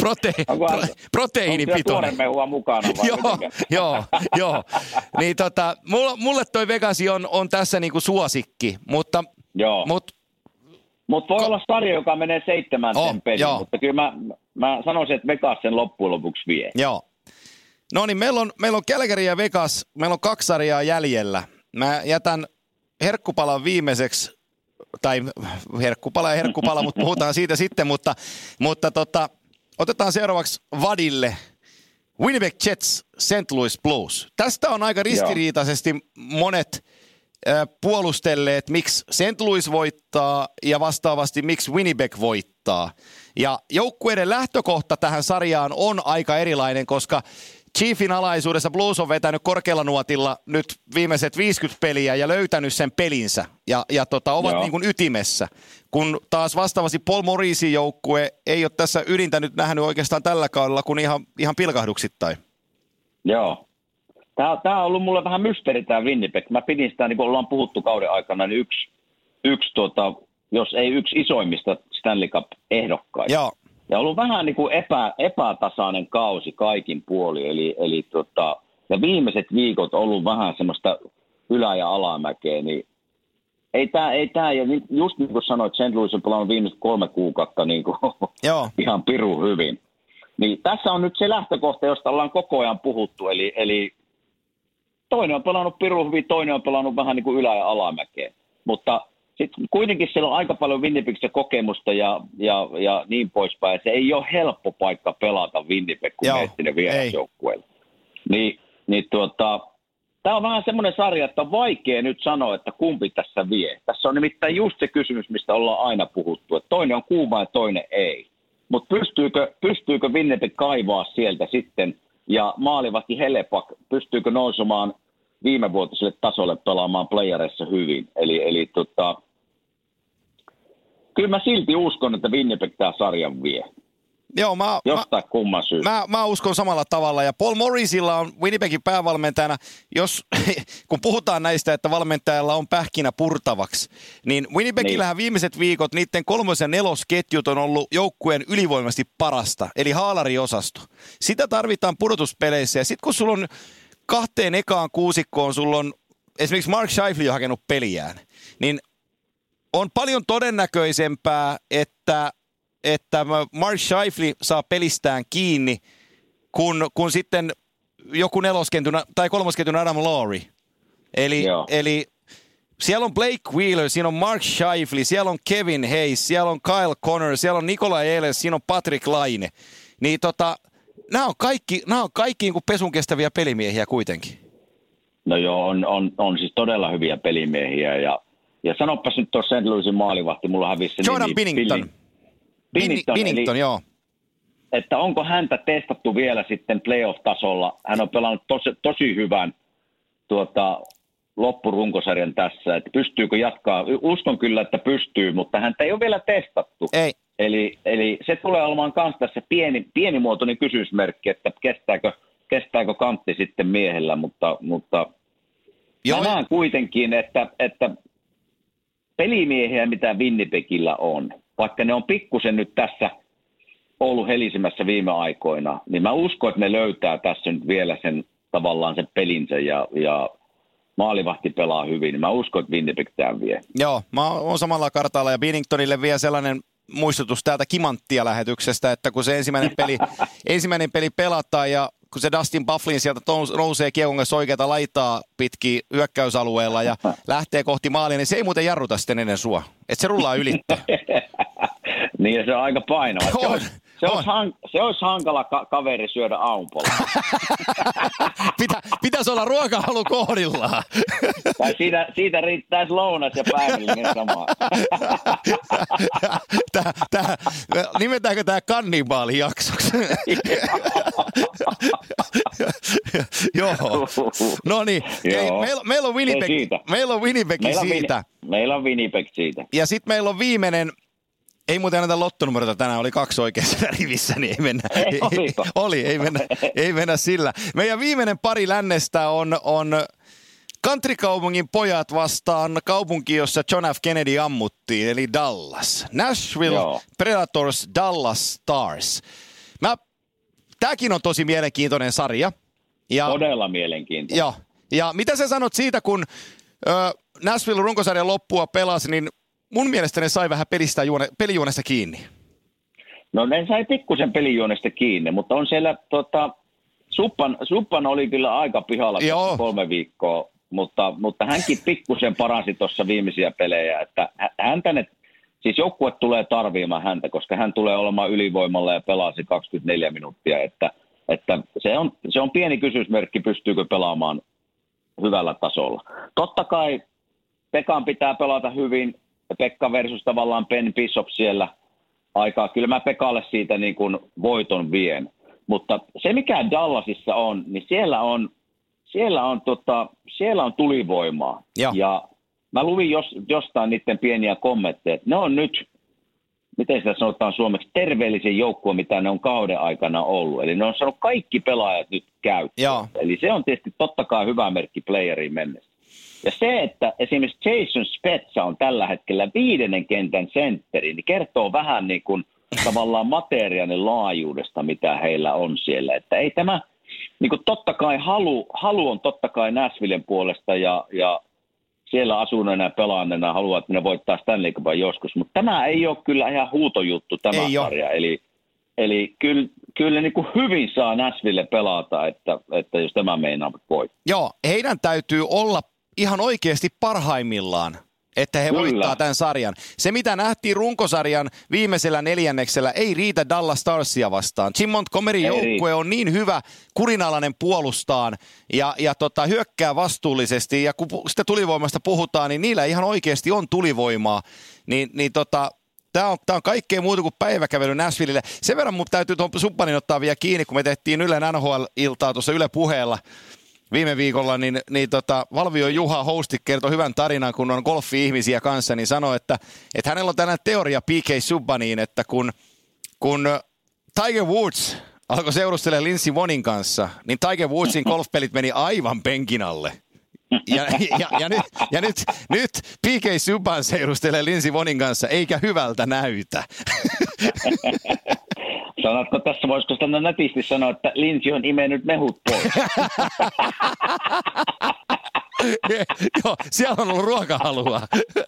proteiinipitoinen. Onko tuoremehua mukana vai Joo. Niin mulle toi Vegasi on tässä niinku suosikki, mutta... Joo. Mutta voi olla sarja, joka menee 7 peliin, mutta kyllä mä sanoisin, että Vegas sen loppujen lopuksi vie. Joo. No niin, meillä on Calgary ja Vegas, meillä on 2 sarjaa jäljellä. Mä jätän herkkupalan viimeiseksi, tai herkkupala, mutta puhutaan siitä sitten, mutta otetaan seuraavaksi vadille Winnipeg Jets, St. Louis Blues. Tästä on aika ristiriitaisesti monet puolustelleet, miksi St. Louis voittaa ja vastaavasti miksi Winnipeg voittaa. Ja joukkueiden lähtökohta tähän sarjaan on aika erilainen, koska Chiefin alaisuudessa Blues on vetänyt korkealla nuotilla nyt viimeiset 50 peliä ja löytänyt sen pelinsä ja ovat niin kuin ytimessä. Kun taas vastaavasti Paul Mauricein joukkue ei ole tässä ydintä nyt nähnyt oikeastaan tällä kaudella kuin ihan pilkahduksittain. Joo. Tämä on ollut mulle vähän mysteeri tämä Winnipeg. Mä pidin sitä, niin kuin ollaan puhuttu kauden aikana, niin yksi jos ei yksi isoimmista Stanley Cup-ehdokkaista. Joo. Ja ollut vähän niin kuin epätasainen kausi kaikin puolin. Eli ja viimeiset viikot on ollut vähän semmoista ylä- ja alamäkeä. Niin ei tämä, ja just niin kuin sanoit, St. Louis on pelannut viimeiset 3 kuukautta niin kuin ihan pirun hyvin. Niin tässä on nyt se lähtökohta, josta ollaan koko ajan puhuttu. Eli toinen on pelannut pirun hyvin, toinen on pelannut vähän niin kuin ylä- ja alamäkeä. Mutta sitten kuitenkin siellä on aika paljon Winnipegissä kokemusta ja niin poispäin. Se ei ole helppo paikka pelata Winnipeg, kun menet sinne vierasjoukkueelle. Tämä on vähän semmoinen sarja, että on vaikea nyt sanoa, että kumpi tässä vie. Tässä on nimittäin just se kysymys, mistä ollaan aina puhuttu, että toinen on kuuma ja toinen ei. Mutta pystyykö Winnipeg kaivaa sieltä sitten ja maalivahti Helepak, pystyykö nousemaan viimevuotiselle tasolle pelaamaan playereissa hyvin. Eli kyllä mä silti uskon, että Winnipeg tämä sarjan vie. Joo, jostain kumman syystä. Mä uskon samalla tavalla. Ja Paul Mauriceilla on Winnipegin päävalmentajana, kun puhutaan näistä, että valmentajalla on pähkinä purtavaksi, niin Winnipegillähän viimeiset viikot, niiden 3. ja 4. ketjut on ollut joukkueen ylivoimasti parasta, eli haalariosasto. Sitä tarvitaan pudotuspeleissä. Ja sitten kun sulla on 2 ekaan kuusikkoon, sulla on esimerkiksi Mark Scheifele jo hakenut peliään, niin on paljon todennäköisempää, että Mark Scheifele saa pelistään kiinni, kun sitten joku 4. tai 3. Adam Lowry. Eli siellä on Blake Wheeler, siinä on Mark Scheifele, siellä on Kevin Hayes, siellä on Kyle Connor, siellä on Nikolai Ehlers, siinä on Patrick Laine. Niin nämä on kaikki niin kuin pesun kestäviä pelimiehiä kuitenkin. No joo, on siis todella hyviä pelimiehiä ja sanopas nyt tuossa St. Louisin maalivahti, mulla hävisi se Jordan Binnington. Binnington, joo. Että onko häntä testattu vielä sitten playoff-tasolla? Hän on pelannut tosi hyvän loppurunkosarjan tässä, että pystyykö jatkaa. Uskon kyllä, että pystyy, mutta häntä ei ole vielä testattu. Ei. Eli se tulee olemaan myös tässä pienimuotoinen kysymysmerkki, että kestääkö kantti sitten miehellä, mutta mä näen kuitenkin, että pelimiehiä, mitä Winnipegillä on, vaikka ne on pikkusen nyt tässä ollut helisemässä viime aikoina, niin mä uskon, että ne löytää tässä nyt vielä sen tavallaan sen pelinsä ja maalivahti pelaa hyvin, niin mä uskon, että Winnipeg tämän vie. Joo, mä oon samalla kartalla ja Binningtonille vielä sellainen muistutus täältä Kimanttia-lähetyksestä, että kun se ensimmäinen peli pelataan ja kun se Dustin Byfuglien sieltä nousee kiekon kanssa oikeata laitaa pitkin hyökkäysalueella ja lähtee kohti maalia, niin se ei muuten jarruta sitten ennen sua. Että se rullaa ylittä. Niin, se on aika painava. Se olisi hankala kaveri syödä aamupuolella. Pitäisi olla ruokahalu kohdillaan. Tai siitä riittäisi lounas ja päivällinen samaan. Nimetäänkö tämä kannibaalijaksoksi? Joo. No niin, meillä on Winnipeg. Meillä on Winnipeg siitä. Meillä on Winnipeg siitä. Ja sitten meillä on viimeinen. Ei muuten näitä lottonumeroita tänään, oli 2 oikeassa rivissä, niin ei mennä. Ei mennä sillä. Meidän viimeinen pari lännestä on countrykaupungin pojat vastaan kaupunki, jossa John F. Kennedy ammuttiin, eli Dallas. Nashville Predators, Dallas Stars. Mä tämäkin on tosi mielenkiintoinen sarja. Ja, todella mielenkiintoinen. Joo. Ja mitä sä sanot siitä, kun Nashville runkosarjan loppua pelasi, niin mun mielestä ne sai vähän pelijuonesta kiinni. No ne sai pikkusen pelijuonesta kiinni, mutta on siellä Suppan oli kyllä aika pihalla 3 viikkoa, mutta hänkin pikkusen paransi tuossa viimeisiä pelejä, että siis joukkue tulee tarviimaan häntä, koska hän tulee olemaan ylivoimalla ja pelasi 24 minuuttia, että se on pieni kysymysmerkki, pystyykö pelaamaan hyvällä tasolla. Totta kai Pekan pitää pelata hyvin, Pekka versus tavallaan Ben Bishop siellä aikaa. Kyllä mä Pekalle siitä niin kuin voiton vien. Mutta se mikä Dallasissa on, niin siellä on tulivoimaa. Ja mä luvin jostain niiden pieniä kommentteja, että ne on nyt, miten sitä sanotaan suomeksi, terveellisen joukkue, mitä ne on kauden aikana ollut. Eli ne on saanut kaikki pelaajat nyt käyttöön. Eli se on tietysti totta kai hyvä merkki playeriin mennessä. Ja se, että esimerkiksi Jason Spezza on tällä hetkellä 5. kentän sentteri, niin kertoo vähän niin kuin tavallaan materiaalin laajuudesta, mitä heillä on siellä. Että ei tämä, niin kuin totta kai halu on totta kai Nashvillen puolesta ja siellä asuneena ja pelaanneena haluaa, että ne voittaa Stanley Cupin joskus, mutta tämä ei ole kyllä ihan huutojuttu tämä sarja. Eli kyllä niin kuin hyvin saa Nashville pelata, että jos tämä meinaa voittaa. Joo, heidän täytyy olla ihan oikeasti parhaimmillaan, että he voittaa tämän sarjan. Se, mitä nähtiin runkosarjan viimeisellä neljänneksellä, ei riitä Dallas Starsia vastaan. Jim Montgomeryn joukkue on niin hyvä, kurinalainen puolustaan ja hyökkää vastuullisesti. Ja kun sitä tulivoimasta puhutaan, niin niillä ihan oikeasti on tulivoimaa. Tämä on kaikkea muuta kuin päiväkävely Nashvillelle. Sen verran mun täytyy tuon Suppanin ottaa vielä kiinni, kun me tehtiin Ylen NHL-iltaa tuossa Yle Puheella viime viikolla, niin Valvio Juha hosti kertoi hyvän tarinan, kun on golfi-ihmisiä kanssa, niin sanoi, että hänellä on tällainen teoria P.K. Subbaniin, että kun Tiger Woods alkoi seurustella Lindsey Vonnin kanssa, niin Tiger Woodsin golfpelit meni aivan penkin alle. Ja nyt P.K. Subban seurustelee Lindsey Vonnin kanssa, eikä hyvältä näytä. Sanotko tässä, voisiko sitä nätisti sanoa, että Lindsey on imennyt mehut pois? Joo, siellä on ollut ruokahalua.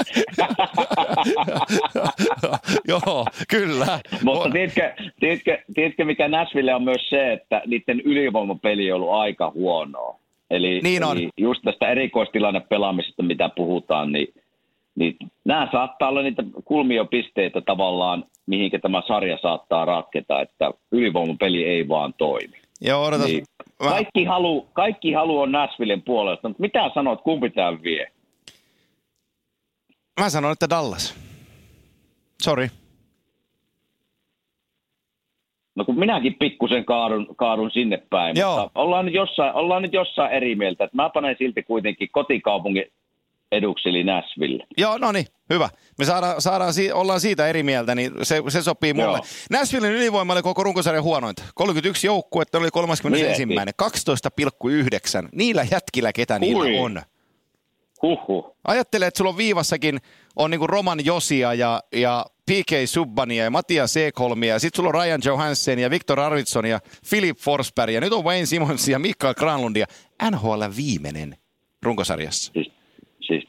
Joo, kyllä. Mutta tiedätkö, mikä Nashville on myös se, että niiden ylivoimapeli on ollut aika huonoa. Eli just tästä erikoistilanne pelaamisesta, mitä puhutaan, niin nämä saattaa olla niitä kulmiopisteitä tavallaan, mihinkä tämä sarja saattaa ratketa, että ylivoimapeli ei vaan toimi. Joo, odotas. Niin, kaikki halu on Nashvillen puolesta, mutta mitä sanot, kumpi tämä vie? Mä sanon, että Dallas. Sorry. No kun minäkin pikkusen kaadun sinne päin, mutta ollaan nyt jossain eri mieltä. Että mä panen silti kotikaupungin eduksi, eli Nashville. Joo, no niin, hyvä. Me ollaan siitä eri mieltä, niin se sopii mulle. Joo. Nashvillen ylivoima oli koko runkosarjan huonointa. 31 joukkuetta oli 31. 12,9. Niillä jätkillä, ketä niillä on. Huhhuh. Ajattele, että sulla on viivassakin on niinku Roman Josia ja P.K. Subbania ja Matias Ekholmia ja sitten sulla on Ryan Johansson ja Victor Arvidsson ja Philip Forsberg ja nyt on Wayne Simmons ja Mikael Granlund ja NHL viimeinen runkosarjassa. Siis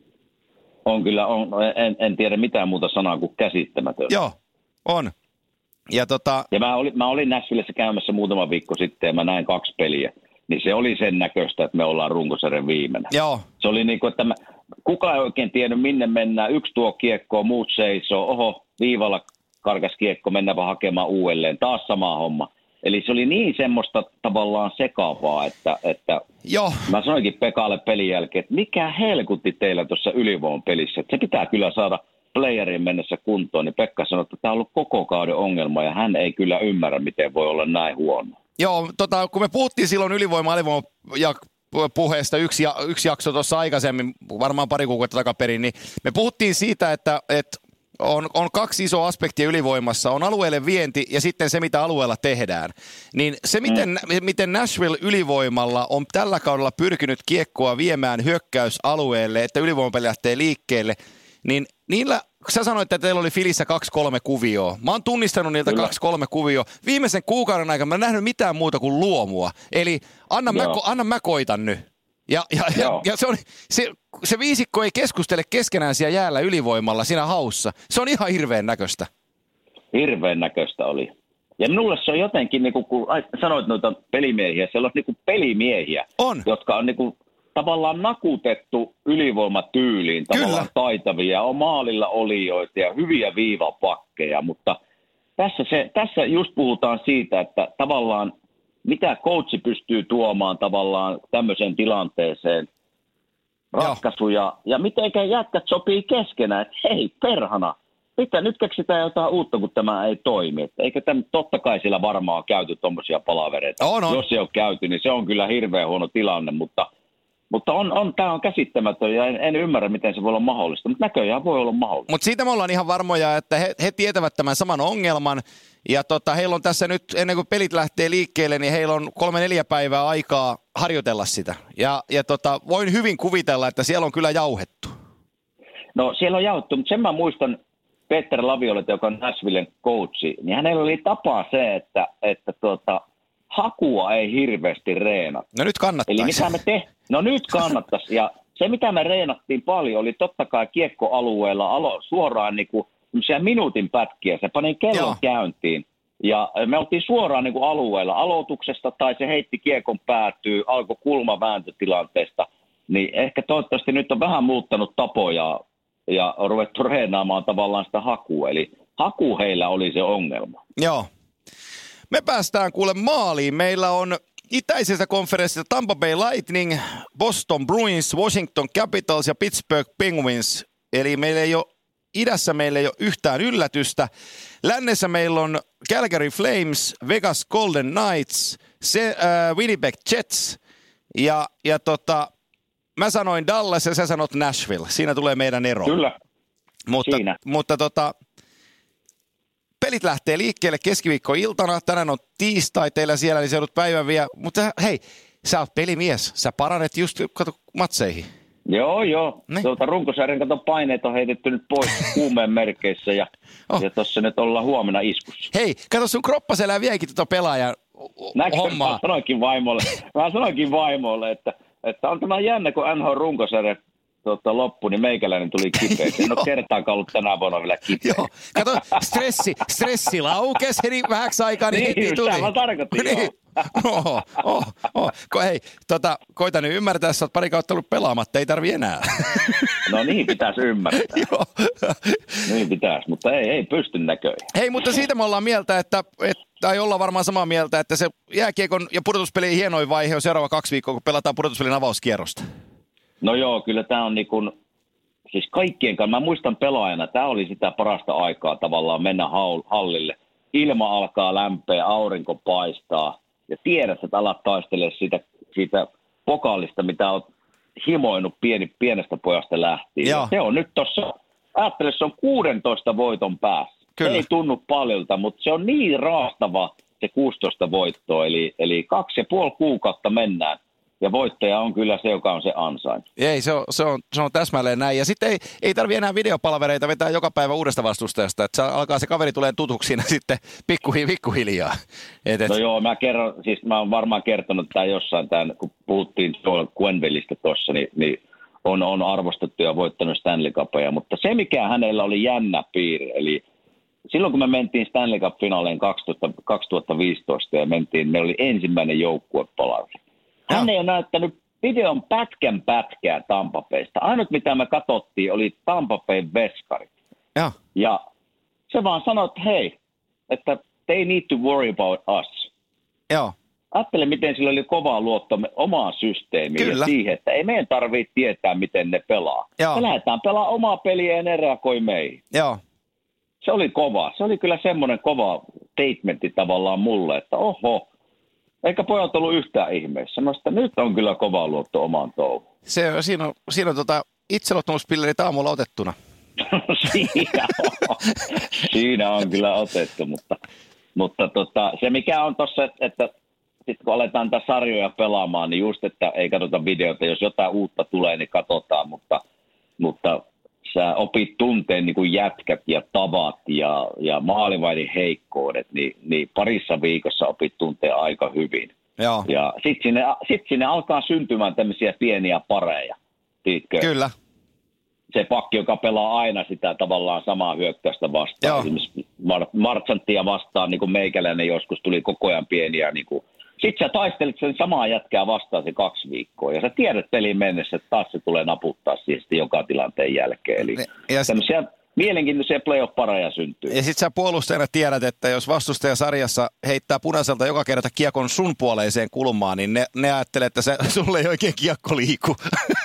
en tiedä mitään muuta sanaa kuin käsittämätön. Joo, on. Ja mä olin Nashvillessä käymässä muutama viikko sitten ja mä näin 2 peliä. Niin se oli sen näköistä, että me ollaan runkosarjan viimeinen. Joo. Se oli niin kuin, että kukaan ei oikein tiennyt minne mennään. Yksi tuo kiekko, muut seisoo. Oho, viivalla karkas kiekko, mennäänpä hakemaan uudelleen. Taas sama homma. Eli se oli niin semmoista tavallaan sekaavaa, että Joo. Mä sanoinkin Pekalle pelin jälkeen, että mikä helkutti teillä tuossa ylivoiman pelissä. Että se pitää kyllä saada playeriin mennessä kuntoon. Niin Pekka sanoi, että tämä on ollut koko kauden ongelma ja hän ei kyllä ymmärrä, miten voi olla näin huono. Joo, kun me puhuttiin silloin alivoima ja puheesta yksi jakso tuossa aikaisemmin, varmaan pari kuukautta takaperin, niin me puhuttiin siitä, että on 2 isoa aspektia ylivoimassa. On alueelle vienti ja sitten se, mitä alueella tehdään. Niin se, miten Nashville ylivoimalla on tällä kaudella pyrkinyt kiekkoa viemään hyökkäysalueelle, että ylivoimapeli lähtee liikkeelle, niin niillä sä sanoit, että teillä oli Filissä 2-3 kuvioa. Mä oon tunnistanut niiltä 2-3 kuvioa. Viimeisen kuukauden aikana mä en nähnyt mitään muuta kuin luomua. Eli anna mä koitan nyt. Ja se viisikko ei keskustele keskenään siellä jäällä ylivoimalla siinä haussa. Se on ihan hirveän näköistä. Hirveän näköistä oli. Ja minulle se on jotenkin, niin kun sanoit noita pelimiehiä, siellä on niin pelimiehiä, jotka on niin tavallaan nakutettu ylivoimatyyliin, tavallaan taitavia, on maalilla olijoita ja hyviä viivapakkeja, mutta tässä just puhutaan siitä, että tavallaan mitä coachi pystyy tuomaan tavallaan tämmöiseen tilanteeseen ratkaisuja ja miten jätkät sopii keskenään, että hei perhana, nyt keksitään jotain uutta, kun tämä ei toimi. Että eikö totta kai siellä varmaan käyty tuommoisia palavereita. Jos ei ole käyty, niin se on kyllä hirveän huono tilanne, mutta tämä on käsittämätön ja en ymmärrä, miten se voi olla mahdollista, mutta näköjään voi olla mahdollista. Mutta siitä me ollaan ihan varmoja, että he tietävät tämän saman ongelman ja heillä on tässä nyt, ennen kuin pelit lähtee liikkeelle, niin heillä on 3-4 päivää aikaa harjoitella sitä. Ja voin hyvin kuvitella, että siellä on kyllä jauhettu. No siellä on jauhettu, mutta sen mä muistan Peter Laviolta, joka on Nashvillen coachi, niin hänellä oli tapa se, että hakua ei hirveästi reenata. No nyt kannattaisi. Eli mitä me No nyt kannattaisi. Ja se, mitä me reenattiin paljon, oli totta kai kiekkoalueella suoraan niin kuin minuutin pätkiä. Se pani kellon käyntiin. Ja me oltiin suoraan niin kuin alueella aloituksesta, tai se heitti kiekon päätyy, alkoi kulmavääntötilanteesta. Niin ehkä toivottavasti nyt on vähän muuttanut tapoja ja on ruvettu reenaamaan tavallaan sitä hakua. Eli haku heillä oli se ongelma. Joo. Me päästään kuule maaliin. Meillä on itäisestä konferenssista Tampa Bay Lightning, Boston Bruins, Washington Capitals ja Pittsburgh Penguins. Eli idässä meillä ei ole yhtään yllätystä. Lännessä meillä on Calgary Flames, Vegas Golden Knights, Winnipeg Jets ja mä sanoin Dallas ja sä sanot Nashville. Siinä tulee meidän ero. Kyllä, mutta pelit lähtee liikkeelle keskiviikkoiltana. Tänään on tiistai teillä siellä, niin se joudut päivän vielä. Mutta hei, sä oot pelimies. Sä paranet just matseihin. Joo. Runkosarjan paineet on heitetty nyt pois kuumeen merkeissä ja tuossa nyt ollaan huomenna iskussa. Hei, kato sun kroppa selää vieläkin pelaajan hommaa. Mä sanoinkin vaimolle, että on tämä jännä, kun NHL runkosarja loppu, niin meikäläinen tuli kipeäksi. En ole kertaakaan ollut tänä vuonna vielä kipeä. Joo, kato, stressi laukesi, heti vähäksi aikaa, niin heti tuli. Niin, mä tarkoitin, niin. Hei, koita nyt ymmärtää, että sä oot pari kautta ollut pelaamatta, ei tarvi enää. No niin, pitäisi ymmärtää. Joo. Niin pitäisi, mutta ei pysty näköjään. Hei, mutta siitä me ollaan mieltä, tai ollaan varmaan samaa mieltä, että se jääkiekon ja pudotuspelien hienoin vaihe on seuraava 2 viikkoa, kun pelataan pudotuspelin avauskierrosta. No joo, kyllä tämä on niin kuin, siis kaikkien kanssa, mä muistan pelaajana, tämä oli sitä parasta aikaa tavallaan mennä hallille. Ilma alkaa lämpeä, aurinko paistaa ja tiedät, että alat taistelemaan siitä pokaalista, mitä olet himoinut pienestä pojasta lähtien. Ja se on nyt tuossa, ajattele, se on 16 voiton päässä. Kyllä. Se ei tunnu paljolta, mutta se on niin raastava se 16 voittoa, eli 2,5 kuukautta mennään. Ja voittaja on kyllä se, joka on se ansain. Ei, se on täsmälleen näin. Ja sitten ei tarvitse enää videopalvereita vetää joka päivä uudesta vastustajasta. Että alkaa se kaveri tulee tutuksi siinä sitten pikkuhiljaa. No joo, mä oon varmaan kertonut tämän jossain, kun puhuttiin Joel Quennevilleistä tuossa, niin on arvostettu ja voittanut Stanley Cupia. Mutta se, mikä hänellä oli jännä piirre, eli silloin kun me mentiin Stanley Cup-finaaleen 2015 ja meillä oli ensimmäinen joukkuepalaveri. Hän ei ole näyttänyt videon pätkää Tampa Baysta. Ainut mitä me katsottiin oli Tampa Bayn veskarit. Ja se vaan sanoi, että hei, että they need to worry about us. Joo. Ajattele, miten sillä oli kovaa luotto omaan systeemiin ja siihen, että ei meidän tarvitse tietää, miten ne pelaa. Me lähdetään pelaamaan omaa peliä ja ne reagoi meihin. Joo. Se oli kova. Se oli kyllä semmoinen kova statementti tavallaan mulle, että oho. Eikä pojat ollut yhtään ihmeessä. Sanoin, että nyt on kyllä kova luotto omaan touhuun. Siinä on itseluottamuspillerit aamulla otettuna. Siinä on kyllä otettu, mutta se mikä on tossa, että sitten kun aletaan tätä sarjoja pelaamaan, niin just, että ei katsota videota. Jos jotain uutta tulee, niin katsotaan, mutta sä opit tunteen niin kuin jätkät ja tavat ja maalivahdin heikkoudet, niin parissa viikossa opit tuntea aika hyvin. Joo. Ja sit sinne alkaa syntymään tämmöisiä pieniä pareja, tiedätkö? Kyllä. Se pakki, joka pelaa aina sitä tavallaan samaa hyökkäystä vastaan. Joo. Esimerkiksi Marchanttia vastaan, niin kuin meikäläinen joskus tuli koko ajan pieniä. Niin sitten sä taistelit sen samaa jätkää vastaan se 2 viikkoa. Ja sä tiedät pelin mennessä, että taas se tulee naputtaa siihen joka tilanteen jälkeen. Eli tämmöisiä mielenkiintoisia playoff-pareja syntyy. Ja sit sä puolustajana tiedät, että jos vastustaja sarjassa heittää punaiselta joka kerta kiekon sun puoleiseen kulmaan, niin ne ajattelee, että sulle ei oikein kiekko liiku.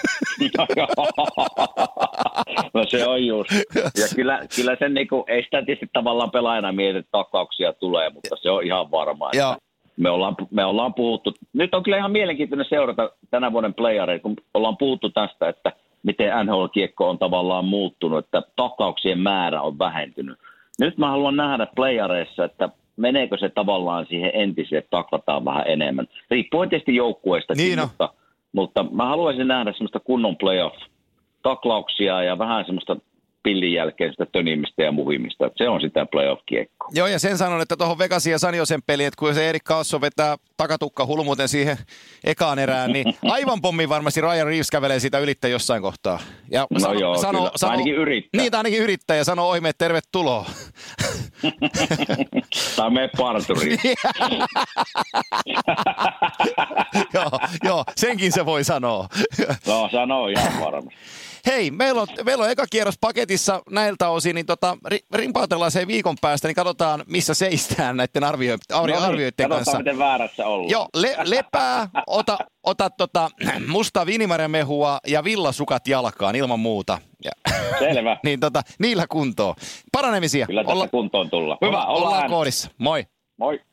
No se on just. Ja kyllä sen niinku, ei sitä tietysti tavallaan pelaajana mietitä, että takauksia tulee, mutta se on ihan varma, että me ollaan puhuttu. Nyt on kyllä ihan mielenkiintoinen seurata tänä vuoden playareita, kun ollaan puhuttu tästä, että miten NHL-kiekko on tavallaan muuttunut, että takauksien määrä on vähentynyt. Nyt mä haluan nähdä playareissa, että meneekö se tavallaan siihen entiseen, että taklataan vähän enemmän. Riippuen tietysti joukkueestakin, niin mutta mä haluaisin nähdä semmoista kunnon playoff-taklauksia ja vähän semmoista pillin jälkeen sitä tönimistä ja muhimista. Se on sitä playoff-kiekkoa. Joo, ja sen sanon, että tuohon Vegasin ja Sanjosen peliin, että kun se Erik Karlsson vetää takatukka hulmuten siihen ekaan erään, niin aivan pommin varmasti Ryan Reeves kävelee sitä ylittä jossain kohtaa. Ja kyllä. Ainakin yrittää. Niin, ainakin yrittää ja sanoo ohimeet tervetuloa. Tai mene parturiin. Joo, senkin se voi sanoa. No, sanoo ihan varmasti. Hei, meillä on eka kierros paketissa näiltä osin, niin rimpautellaan sen viikon päästä, niin katsotaan, missä seistään näiden arvioiden kanssa. Katsotaan, miten väärässä ollaan. Joo, lepää, ota mustaa viinimarjamehua ja villasukat jalkaan ilman muuta. Selvä. Niin niillä kuntoon. Paranemisia. Kyllä tässä kuntoon tullaan. Hyvä, ollaan koodissa. Moi. Moi.